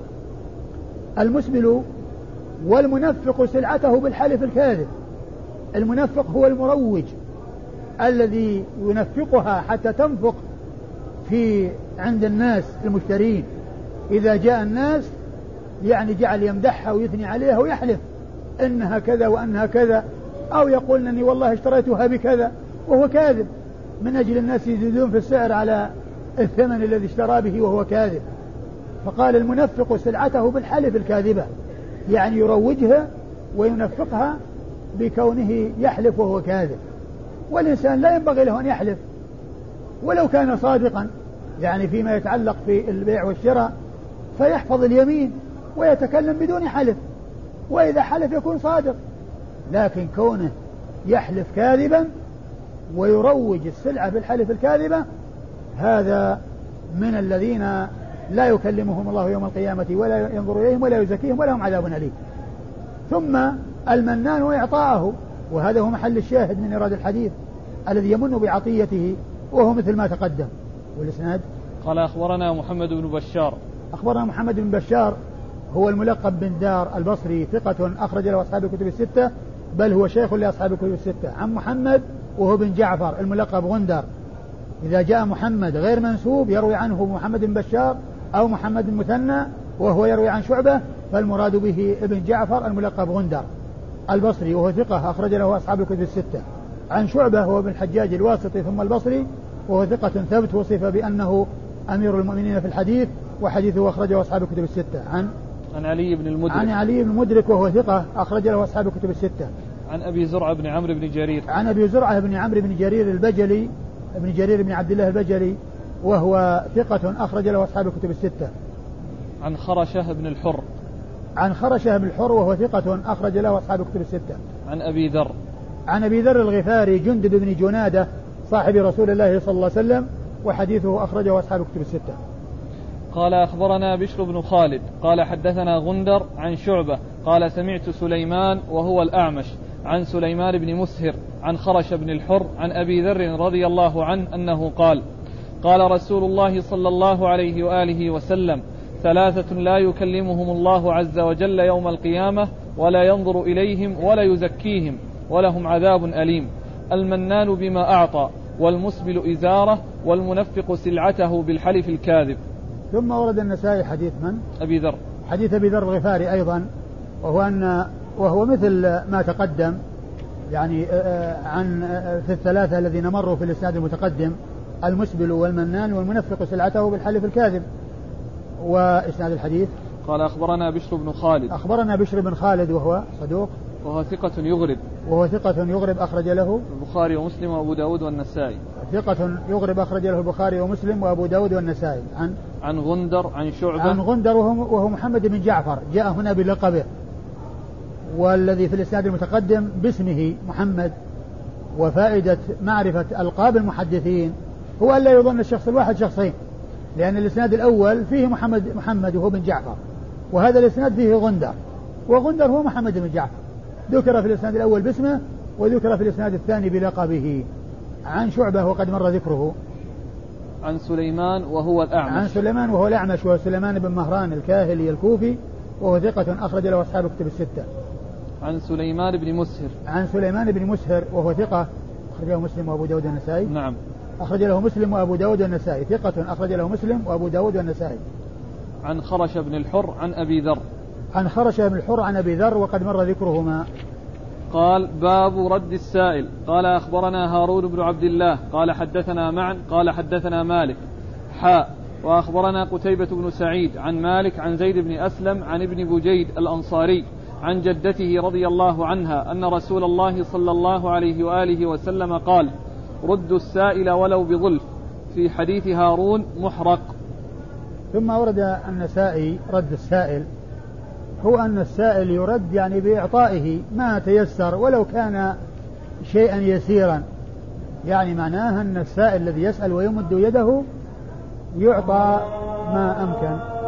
المسبل والمنفق سلعته بالحلف الكاذب. المنفق هو المروج الذي ينفقها حتى تنفق في عند الناس المشترين، إذا جاء الناس يعني جعل يمدحها ويثني عليها ويحلف إنها كذا وأنها كذا، أو يقول أني والله اشتريتها بكذا وهو كاذب، من أجل الناس يزيدون في السعر على الثمن الذي اشترى به وهو كاذب. فقال المنفق سلعته بالحلف الكاذبة، يعني يروجها وينفقها بكونه يحلف وهو كاذب. والإنسان لا ينبغي له أن يحلف ولو كان صادقا، يعني فيما يتعلق في البيع والشراء، فيحفظ اليمين ويتكلم بدون حلف، وإذا حلف يكون صادق. لكن كونه يحلف كاذبا ويروج السلعة بالحلف الكاذبة، هذا من الذين لا يكلمهم الله يوم القيامة ولا ينظر إليهم ولا يزكيهم ولهم عذاب أليم. ثم المنان وإعطاءه، وهذا هو محل الشاهد من إرادة الحديث، الذي يمن بعطيته وهو مثل ما تقدم. والإسناد قال أخبرنا محمد بن بشار. أخبرنا محمد بن بشار هو الملقب بن دار البصري، ثقة أخرج له أصحاب الكتب الستة، بل هو شيخ لأصحاب الكتب الستة. عن محمد وهو بن جعفر الملقب غندر. إذا جاء محمد غير منسوب يروي عنه محمد بن بشار أو محمد المثنى وهو يروي عن شعبة، فالمراد به ابن جعفر الملقب غندر البصري، وهو ثقة أخرج له أصحاب الكتب الستة. عن شعبة هو ابن الحجاج الواسطي ثم البصري، وهو ثقة ثبت، وصف بأنه أمير المؤمنين في الحديث، وحديثه أخرجه أصحاب الكتب الستة. عن علي بن المدرك. عن علي بن المدرك وهو ثقة أخرج له أصحاب الكتب الستة. عن أبي زرعة بن عمرو بن جرير. عن أبي زرعة بن عمرو بن جرير البجلي ابن جرير بن عبد الله البجلي وهو ثقة أخرج له أصحاب الكتب الستة. عن خرشة بن الحر. عن خرشة بن الحر وهو ثقة أخرج له أصحاب الكتب الستة. عن أبي ذر. عن أبي ذر الغفاري جندب بن جنادة صاحب رسول الله صلى الله عليه وسلم وحديثه أخرجه أصحاب الكتب الستة. قال أخبرنا بشر بن خالد قال حدثنا غندر عن شعبة قال سمعت سليمان وهو الأعمش عن سليمان بن مسهر عن خرش بن الحر عن أبي ذر رضي الله عنه أنه قال قال رسول الله صلى الله عليه وآله وسلم 3 لا يكلمهم الله عز وجل يوم القيامة ولا ينظر إليهم ولا يزكيهم ولهم عذاب أليم: المنان بما أعطى، والمسبل إزاره، والمنفق سلعته بالحلف الكاذب. ثم ورد النسائي حديث من؟ أبي ذر. حديث أبي ذر الغفاري أيضا، وهو مثل ما تقدم، يعني عن في الثلاثة الذين مروا في الإسناد المتقدم: المسبل والمنان والمنفق سلعته بالحلف الكاذب. وإسناد الحديث قال أخبرنا بشر بن خالد. أخبرنا بشر بن خالد وهو صدوق وهو ثقة يغرب. وهو ثقة يغرب أخرج له البخاري ومسلم وأبو داود والنسائي. ثقة يغرب أخرج له البخاري ومسلم وأبو داود والنسائي. عن غندر عن شعبة. عن غندر وهو محمد بن جعفر، جاء هنا بلقبه، والذي في الإسناد المتقدم باسمه محمد. وفائدة معرفة ألقاب المحدثين هو ألا يظن الشخص الواحد شخصين، لأن الإسناد الأول فيه محمد وهو بن جعفر، وهذا الإسناد فيه غندر، وغندر هو محمد بن جعفر، ذكر في الإسناد الأول باسمه وذكر في الإسناد الثاني بلقبه. عن شعبة وقد مر ذكره. عن سليمان وهو الأعمش. عن سليمان وهو الأعمش وهو سليمان بن مهران الكاهلي الكوفي وهو ثقة أخرج له أصحاب الكتب الستة. عن سليمان بن مسهر. عن سليمان بن مسهر وهو ثقة أخرج له مسلم وأبو داود والنسائي. نعم. أخرج له مسلم وأبو داود والنسائي، ثقة أخرج له مسلم وأبو داود والنسائي. عن خرش بن الحر عن أبي ذر. عن خرش بن الحر عن أبي ذر وقد مر ذكرهما. قال: باب رد السائل. قال: أخبرنا هارون بن عبد الله قال حدثنا معا قال حدثنا مالك وأخبرنا قتيبة بن سعيد عن مالك عن زيد بن أسلم عن ابن بجيد الأنصاري عن جدته رضي الله عنها أن رسول الله صلى الله عليه وآله وسلم قال: ردوا السائل ولو بظلف. في حديث هارون محرق. ثم ورد النسائي رد السائل، هو أن السائل يرد يعني بإعطائه ما تيسر ولو كان شيئا يسيرا، يعني معناه أن السائل الذي يسأل ويمد يده يعطى ما أمكن.